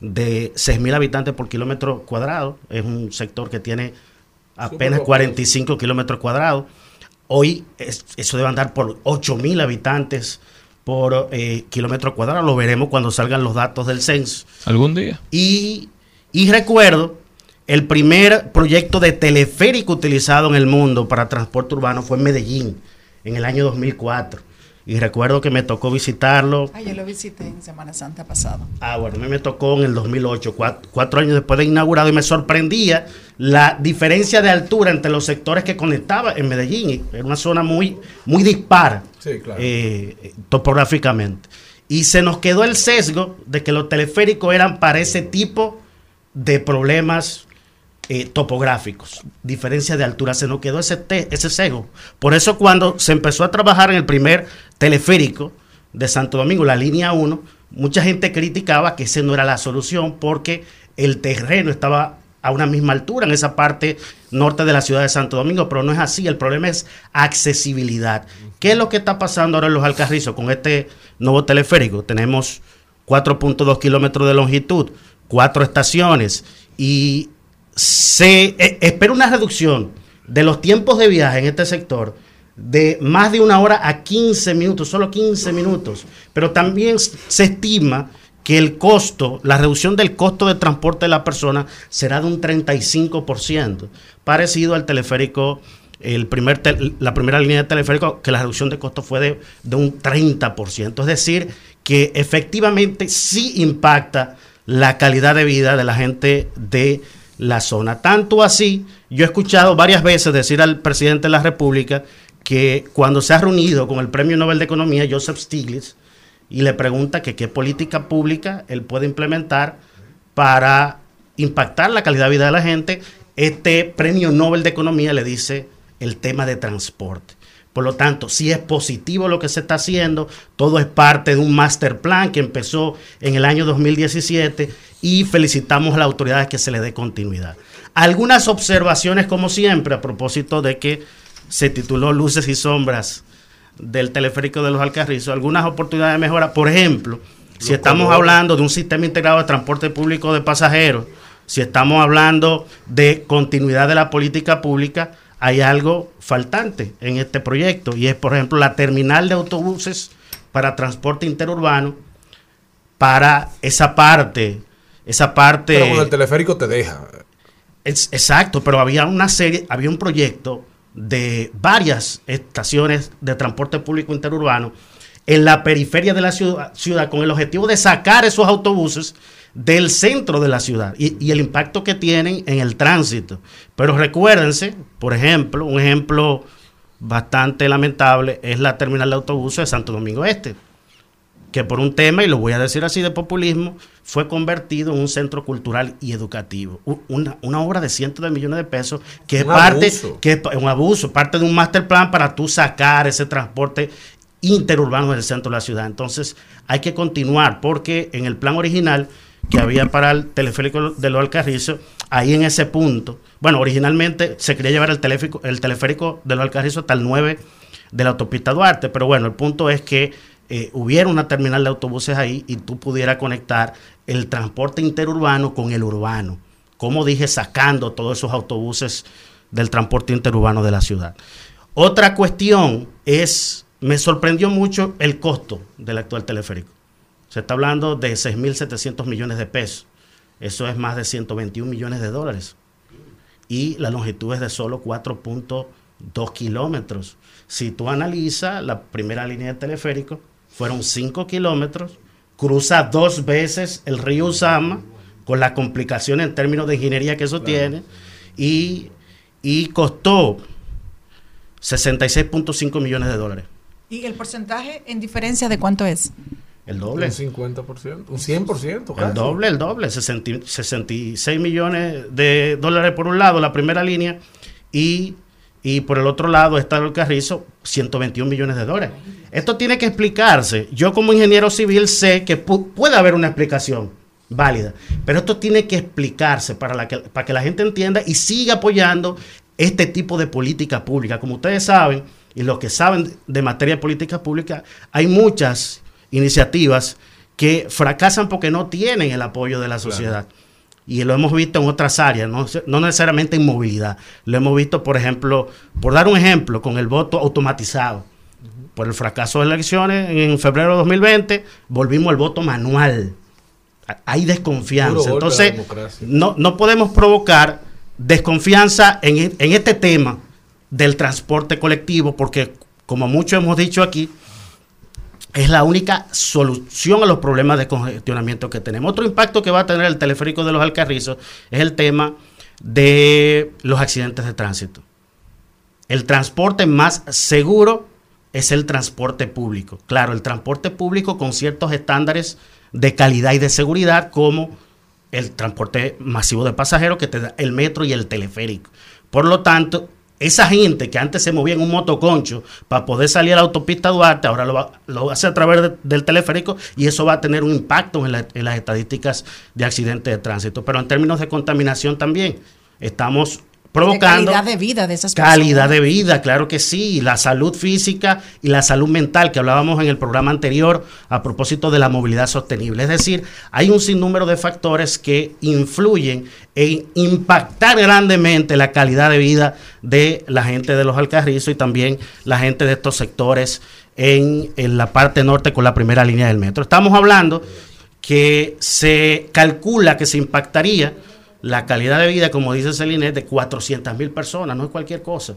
de 6,000 habitantes por kilómetro cuadrado. Es un sector que tiene apenas 45 kilómetros cuadrados. Hoy eso debe andar por 8,000 habitantes por kilómetro cuadrado. Lo veremos cuando salgan los datos del censo. ¿Algún día? Y recuerdo, el primer proyecto de teleférico utilizado en el mundo para transporte urbano fue en Medellín, en el año 2004. Y recuerdo que me tocó visitarlo. Yo lo visité en Semana Santa pasado. Bueno, a mí me tocó en el 2008, cuatro años después de inaugurado, y me sorprendía la diferencia de altura entre los sectores que conectaba en Medellín. Era una zona muy, muy dispar, sí, claro, topográficamente. Y se nos quedó el sesgo de que los teleféricos eran para ese tipo de problemas topográficos, diferencia de altura, se nos quedó ese sesgo. Por eso cuando se empezó a trabajar en el primer teleférico de Santo Domingo, la línea 1, mucha gente criticaba que esa no era la solución porque el terreno estaba a una misma altura en esa parte norte de la ciudad de Santo Domingo, pero no es así. El problema es accesibilidad. ¿Qué es lo que está pasando ahora en los Alcarrizos con este nuevo teleférico? Tenemos 4.2 kilómetros de longitud, 4 estaciones y se espera una reducción de los tiempos de viaje en este sector de más de 1 hora a 15 minutos, solo 15 minutos. Pero también se estima que el costo, la reducción del costo de transporte de la persona será de un 35%, parecido al teleférico, la primera línea de teleférico, que la reducción de costo fue de un 30%. Es decir, que efectivamente sí impacta la calidad de vida de la gente de la zona. Tanto así, yo he escuchado varias veces decir al presidente de la República que cuando se ha reunido con el Premio Nobel de Economía, Joseph Stiglitz, y le pregunta que qué política pública él puede implementar para impactar la calidad de vida de la gente, este Premio Nobel de Economía le dice el tema de transporte. Por lo tanto, si es positivo lo que se está haciendo, todo es parte de un master plan que empezó en el año 2017 y felicitamos a las autoridades que se le dé continuidad. Algunas observaciones, como siempre, a propósito de que se tituló Luces y Sombras del teleférico de los Alcarrizos, algunas oportunidades de mejora. Por ejemplo, si estamos hablando de un sistema integrado de transporte público de pasajeros, si estamos hablando de continuidad de la política pública, hay algo faltante en este proyecto y es, por ejemplo, la terminal de autobuses para transporte interurbano para esa parte. Pero con el teleférico te deja. Exacto, pero había un proyecto de varias estaciones de transporte público interurbano en la periferia de la ciudad con el objetivo de sacar esos autobuses del centro de la ciudad y el impacto que tienen en el tránsito. Pero recuérdense, por ejemplo, un ejemplo bastante lamentable es la terminal de autobuses de Santo Domingo Este, que por un tema, y lo voy a decir así de populismo, fue convertido en un centro cultural y educativo. Una obra de cientos de millones de pesos que es un abuso, parte de un master plan para tú sacar ese transporte interurbano del centro de la ciudad. Entonces hay que continuar porque en el plan original que había para el teleférico de los Alcarrizos, ahí en ese punto, bueno, originalmente se quería llevar el teleférico de los Alcarrizos hasta el 9 de la autopista Duarte, pero bueno, el punto es que hubiera una terminal de autobuses ahí y tú pudieras conectar el transporte interurbano con el urbano, como dije, sacando todos esos autobuses del transporte interurbano de la ciudad. Otra cuestión es, me sorprendió mucho el costo del actual teleférico. Se está hablando de 6.700 millones de pesos. Eso es más de 121 millones de dólares. Y la longitud es de solo 4.2 kilómetros. Si tú analizas la primera línea de teleférico, fueron 5 kilómetros, cruza 2 veces el río Usama, con la complicación en términos de ingeniería que eso tiene, y costó 66.5 millones de dólares. ¿Y el porcentaje en diferencia de cuánto es? El doble. Un 50%, un 100%. Casi. El doble, 66 millones de dólares por un lado, la primera línea, y por el otro lado está el Carrizo, 121 millones de dólares. Esto tiene que explicarse. Yo como ingeniero civil sé que puede haber una explicación válida, pero esto tiene que explicarse para que la gente entienda y siga apoyando este tipo de política pública. Como ustedes saben, y los que saben de materia de política pública, hay muchas iniciativas que fracasan porque no tienen el apoyo de la sociedad. Claro. Y lo hemos visto en otras áreas, no necesariamente en movilidad. Lo hemos visto, por ejemplo, por dar un ejemplo, con el voto automatizado. Por el fracaso de las elecciones en febrero de 2020, volvimos al voto manual. Hay desconfianza. Entonces, no podemos provocar desconfianza en este tema del transporte colectivo, porque, como muchos hemos dicho aquí, es la única solución a los problemas de congestionamiento que tenemos. Otro impacto que va a tener el teleférico de los Alcarrizos es el tema de los accidentes de tránsito. El transporte más seguro es el transporte público. Claro, el transporte público con ciertos estándares de calidad y de seguridad, como el transporte masivo de pasajeros que te da el metro y el teleférico. Por lo tanto, esa gente que antes se movía en un motoconcho para poder salir a la autopista Duarte, ahora lo hace a través del teleférico, y eso va a tener un impacto en las estadísticas de accidentes de tránsito. Pero en términos de contaminación también estamos provocando calidad de vida de esas personas. Calidad de vida, claro que sí, la salud física y la salud mental que hablábamos en el programa anterior a propósito de la movilidad sostenible. Es decir, hay un sinnúmero de factores que influyen en impactar grandemente la calidad de vida de la gente de los Alcarrizos y también la gente de estos sectores en la parte norte con la primera línea del metro. Estamos hablando que se calcula que se impactaría la calidad de vida, como dice Celine, de 400,000 personas, no es cualquier cosa.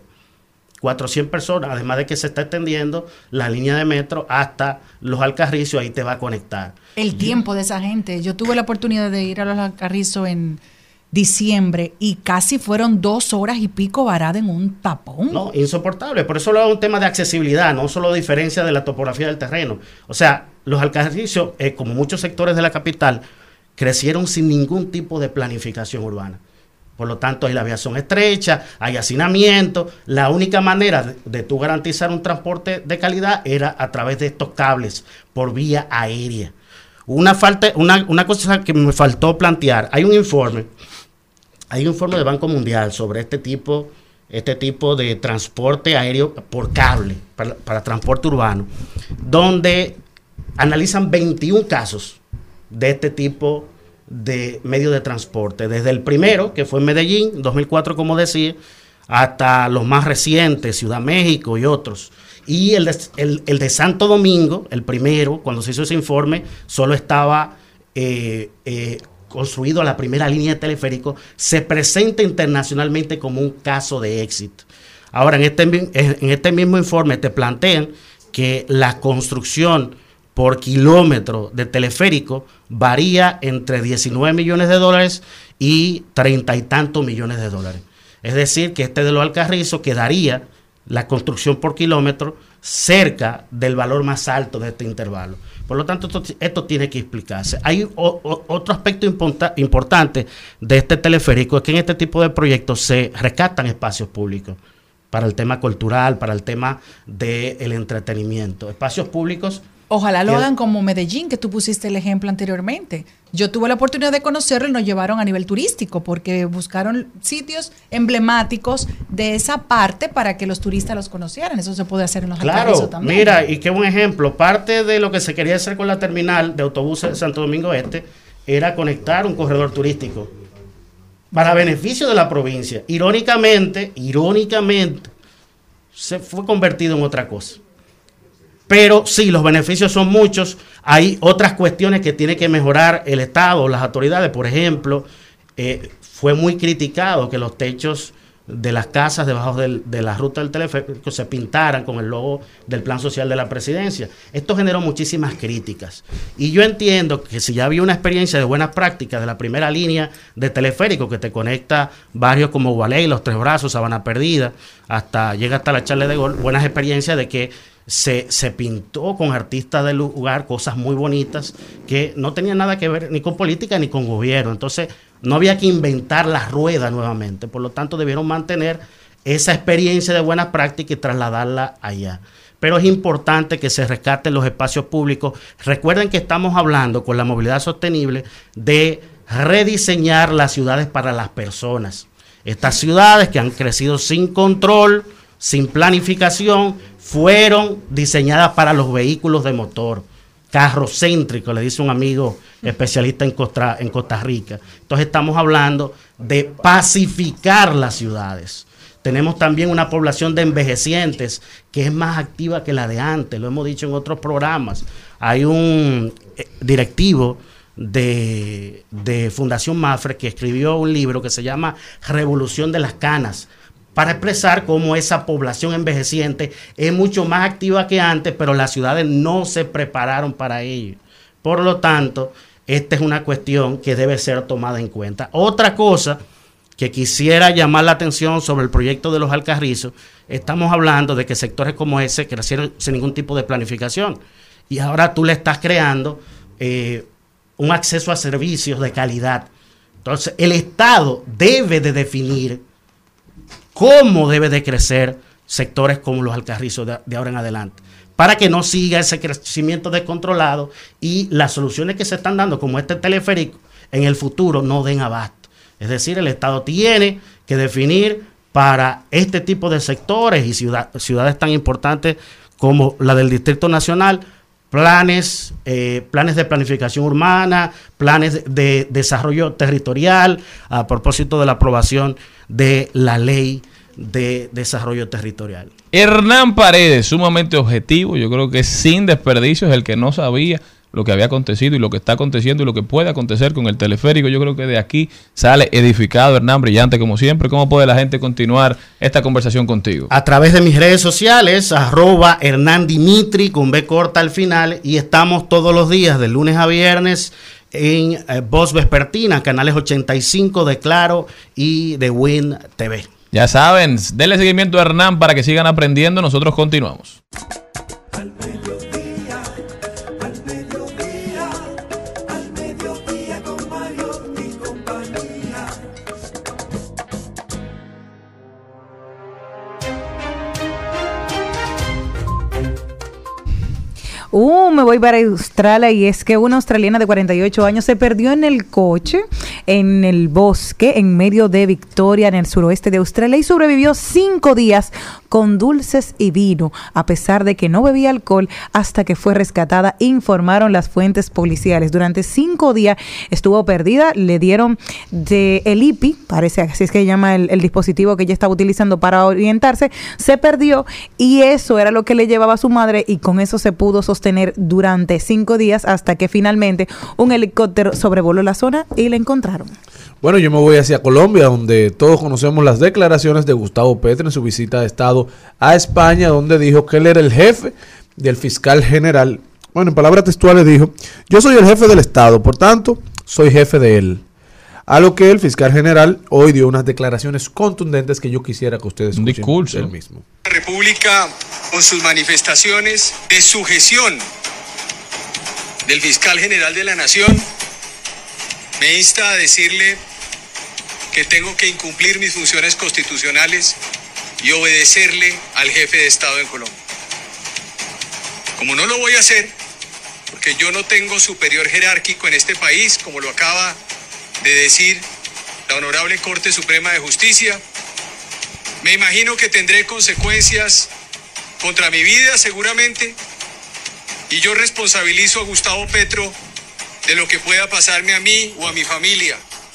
400 personas, además de que se está extendiendo la línea de metro hasta los Alcarrizos, ahí te va a conectar. El tiempo de esa gente. Yo tuve la oportunidad de ir a los Alcarrizos en diciembre y casi fueron 2 horas y pico varada en un tapón. No, insoportable. Por eso lo hago un tema de accesibilidad, no solo diferencia de la topografía del terreno. O sea, los Alcarrizos, como muchos sectores de la capital, crecieron sin ningún tipo de planificación urbana. Por lo tanto, ahí las vías son estrechas, hay hacinamiento. La única manera de tú garantizar un transporte de calidad era a través de estos cables por vía aérea. Una cosa que me faltó plantear, hay un informe del Banco Mundial sobre este tipo de transporte aéreo por cable para transporte urbano, donde analizan 21 casos de este tipo de medio de transporte, desde el primero, que fue en Medellín, 2004, como decía, hasta los más recientes, Ciudad México y otros. Y el de Santo Domingo, el primero, cuando se hizo ese informe, solo estaba construido la primera línea de teleférico, se presenta internacionalmente como un caso de éxito. Ahora, en este mismo informe te plantean que la construcción por kilómetro de teleférico varía entre 19 millones de dólares y 30 y tantos millones de dólares. Es decir, que de los Alcarrizos quedaría la construcción por kilómetro cerca del valor más alto de este intervalo. Por lo tanto, esto tiene que explicarse. Hay otro aspecto importante de este teleférico, es que en este tipo de proyectos se rescatan espacios públicos para el tema cultural, para el tema del entretenimiento. Espacios públicos. Ojalá lo hagan como Medellín, que tú pusiste el ejemplo anteriormente. Yo tuve la oportunidad de conocerlo y nos llevaron a nivel turístico porque buscaron sitios emblemáticos de esa parte para que los turistas los conocieran. Eso se puede hacer en los Alcarrizos también. Mira, y qué buen ejemplo. Parte de lo que se quería hacer con la terminal de autobuses de Santo Domingo Este era conectar un corredor turístico para beneficio de la provincia. Irónicamente, se fue convertido en otra cosa. Pero sí, los beneficios son muchos. Hay otras cuestiones que tiene que mejorar el Estado, las autoridades. Por ejemplo, fue muy criticado que los techos de las casas debajo de la ruta del teleférico se pintaran con el logo del Plan Social de la Presidencia. Esto generó muchísimas críticas. Y yo entiendo que si ya había una experiencia de buenas prácticas de la primera línea de teleférico que te conecta barrios como Gualey, Los Tres Brazos, Sabana Perdida, llega hasta la Charles de Gaulle, buenas experiencias de que se pintó con artistas del lugar cosas muy bonitas que no tenían nada que ver ni con política ni con gobierno. Entonces no había que inventar la rueda nuevamente. Por lo tanto debieron mantener esa experiencia de buenas prácticas y trasladarla allá. Pero es importante que se rescaten los espacios públicos. Recuerden que estamos hablando con la movilidad sostenible de rediseñar las ciudades para las personas. Estas ciudades que han crecido sin control, sin planificación, fueron diseñadas para los vehículos de motor, carrocéntrico, le dice un amigo especialista en Costa Rica. Entonces estamos hablando de pacificar las ciudades. Tenemos también una población de envejecientes que es más activa que la de antes, lo hemos dicho en otros programas. Hay un directivo de Fundación Mafre que escribió un libro que se llama Revolución de las Canas, para expresar cómo esa población envejeciente es mucho más activa que antes, pero las ciudades no se prepararon para ello. Por lo tanto, esta es una cuestión que debe ser tomada en cuenta. Otra cosa que quisiera llamar la atención sobre el proyecto de los Alcarrizos, estamos hablando de que sectores como ese crecieron sin ningún tipo de planificación. Y ahora tú le estás creando un acceso a servicios de calidad. Entonces, el Estado debe de definir cómo debe de crecer sectores como los Alcarrizos de ahora en adelante, para que no siga ese crecimiento descontrolado y las soluciones que se están dando, como este teleférico, en el futuro no den abasto. Es decir, el Estado tiene que definir para este tipo de sectores y ciudades tan importantes como la del Distrito Nacional, planes de planificación urbana, planes de desarrollo territorial, a propósito de la aprobación de la ley de desarrollo territorial. Hernán Paredes, sumamente objetivo, yo creo que sin desperdicio, es el que no sabía lo que había acontecido y lo que está aconteciendo y lo que puede acontecer con el teleférico. Yo creo que de aquí sale edificado. Hernán, brillante como siempre. ¿Cómo puede la gente continuar esta conversación contigo? A través de mis redes sociales, @Hernán Dimitri con B corta al final, y estamos todos los días de lunes a viernes en Voz Vespertina, canales 85 de Claro y de Win TV. Ya saben, denle seguimiento a Hernán para que sigan aprendiendo. Nosotros continuamos. Me voy para Australia, y es que una australiana de 48 años se perdió en el coche, en el bosque, en medio de Victoria, en el suroeste de Australia, y sobrevivió 5 días con dulces y vino, a pesar de que no bebía alcohol, hasta que fue rescatada, informaron las fuentes policiales. Durante 5 días estuvo perdida, le dieron el IPI, parece así es que llama el dispositivo que ella estaba utilizando para orientarse, se perdió, y eso era lo que le llevaba a su madre, y con eso se pudo sostener durante 5 días hasta que finalmente un helicóptero sobrevoló la zona y la encontraron. Bueno, yo me voy hacia Colombia, donde todos conocemos las declaraciones de Gustavo Petro en su visita de Estado a España, donde dijo que él era el jefe del fiscal general. Bueno, en palabras textuales dijo: yo soy el jefe del Estado, por tanto, soy jefe de él. A lo que el fiscal general hoy dio unas declaraciones contundentes que yo quisiera que ustedes escuchen. Discurso. Él mismo. La República, con sus manifestaciones de sujeción del fiscal general de la Nación, me insta a decirle que tengo que incumplir mis funciones constitucionales y obedecerle al jefe de Estado en Colombia. Como no lo voy a hacer, porque yo no tengo superior jerárquico en este país, como lo acaba de decir la Honorable Corte Suprema de Justicia, me imagino que tendré consecuencias contra mi vida seguramente, y yo responsabilizo a Gustavo Petro de lo que pueda pasarme a mí o a mi familia.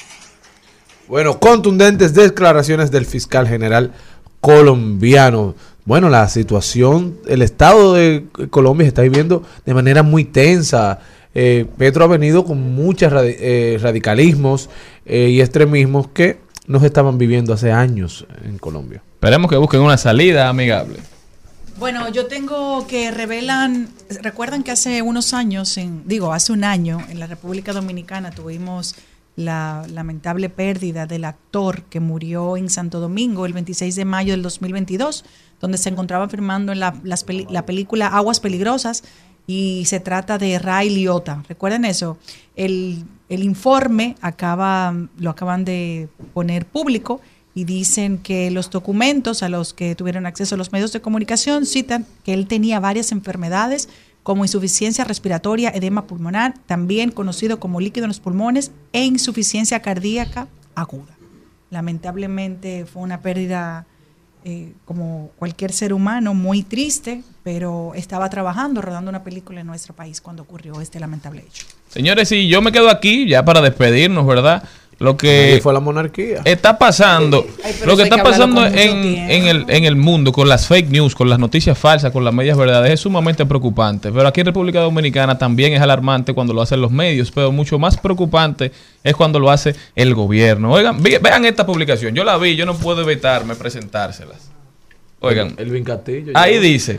Bueno, contundentes declaraciones del fiscal general colombiano. Bueno, la situación, el estado de Colombia se está viviendo de manera muy tensa. Petro ha venido con muchos radicalismos y extremismos que no se estaban viviendo hace años en Colombia. Esperemos que busquen una salida amigable. Bueno, yo tengo que recuerdan que hace unos años, hace un año, en la República Dominicana tuvimos la lamentable pérdida del actor que murió en Santo Domingo el 26 de mayo del 2022, donde se encontraba filmando en la película Aguas Peligrosas, y se trata de Ray Liotta. ¿Recuerdan eso? El informe lo acaban de poner público, y dicen que los documentos a los que tuvieron acceso los medios de comunicación citan que él tenía varias enfermedades como insuficiencia respiratoria, edema pulmonar, también conocido como líquido en los pulmones, e insuficiencia cardíaca aguda. Lamentablemente fue una pérdida, como cualquier ser humano, muy triste, pero estaba trabajando, rodando una película en nuestro país cuando ocurrió este lamentable hecho. Señores, y yo me quedo aquí ya para despedirnos, ¿verdad? Lo que fue la monarquía está pasando, lo que está pasando en el mundo con las fake news, con las noticias falsas, con las medias verdades, es sumamente preocupante. Pero aquí en República Dominicana también es alarmante cuando lo hacen los medios, pero mucho más preocupante es cuando lo hace el gobierno. Oigan, vean esta publicación, yo la vi, yo no puedo evitarme presentárselas. Oigan, el Castillo, ahí dice: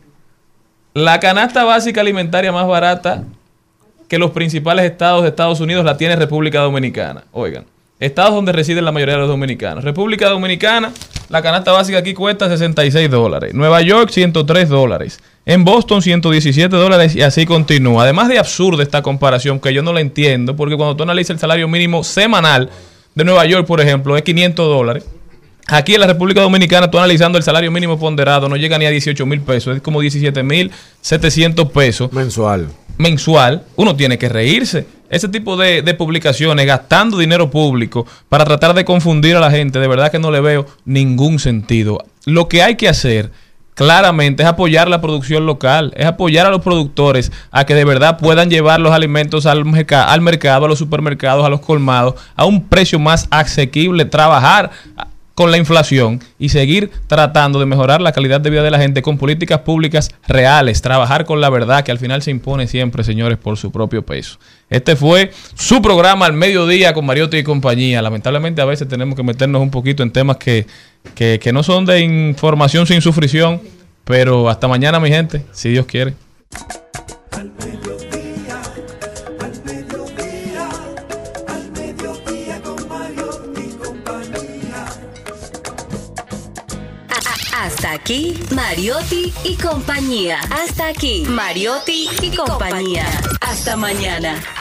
la canasta básica alimentaria más barata que los principales estados de Estados Unidos la tiene República Dominicana. Oigan, estados donde residen la mayoría de los dominicanos. República Dominicana, la canasta básica aquí cuesta $66. Nueva York, $103. En Boston, $117, y así continúa. Además de absurda esta comparación, que yo no la entiendo, porque cuando tú analizas el salario mínimo semanal de Nueva York, por ejemplo, es $500. Aquí en la República Dominicana, tú analizando el salario mínimo ponderado, no llega ni a 18,000 pesos, es como 17,700 pesos. Mensual. Uno tiene que reírse. Ese tipo de publicaciones, gastando dinero público para tratar de confundir a la gente, de verdad que no le veo ningún sentido. Lo que hay que hacer claramente es apoyar la producción local, es apoyar a los productores a que de verdad puedan llevar los alimentos al mercado, a los supermercados, a los colmados, a un precio más asequible, trabajar con la inflación y seguir tratando de mejorar la calidad de vida de la gente con políticas públicas reales, trabajar con la verdad que al final se impone siempre, señores, por su propio peso. Este fue su programa Al Mediodía con Mariotti y compañía. Lamentablemente a veces tenemos que meternos un poquito en temas que no son de información sin sufrición, pero hasta mañana, mi gente, si Dios quiere. Hasta aquí, Mariotti y compañía. Hasta aquí, Mariotti y compañía. Hasta mañana.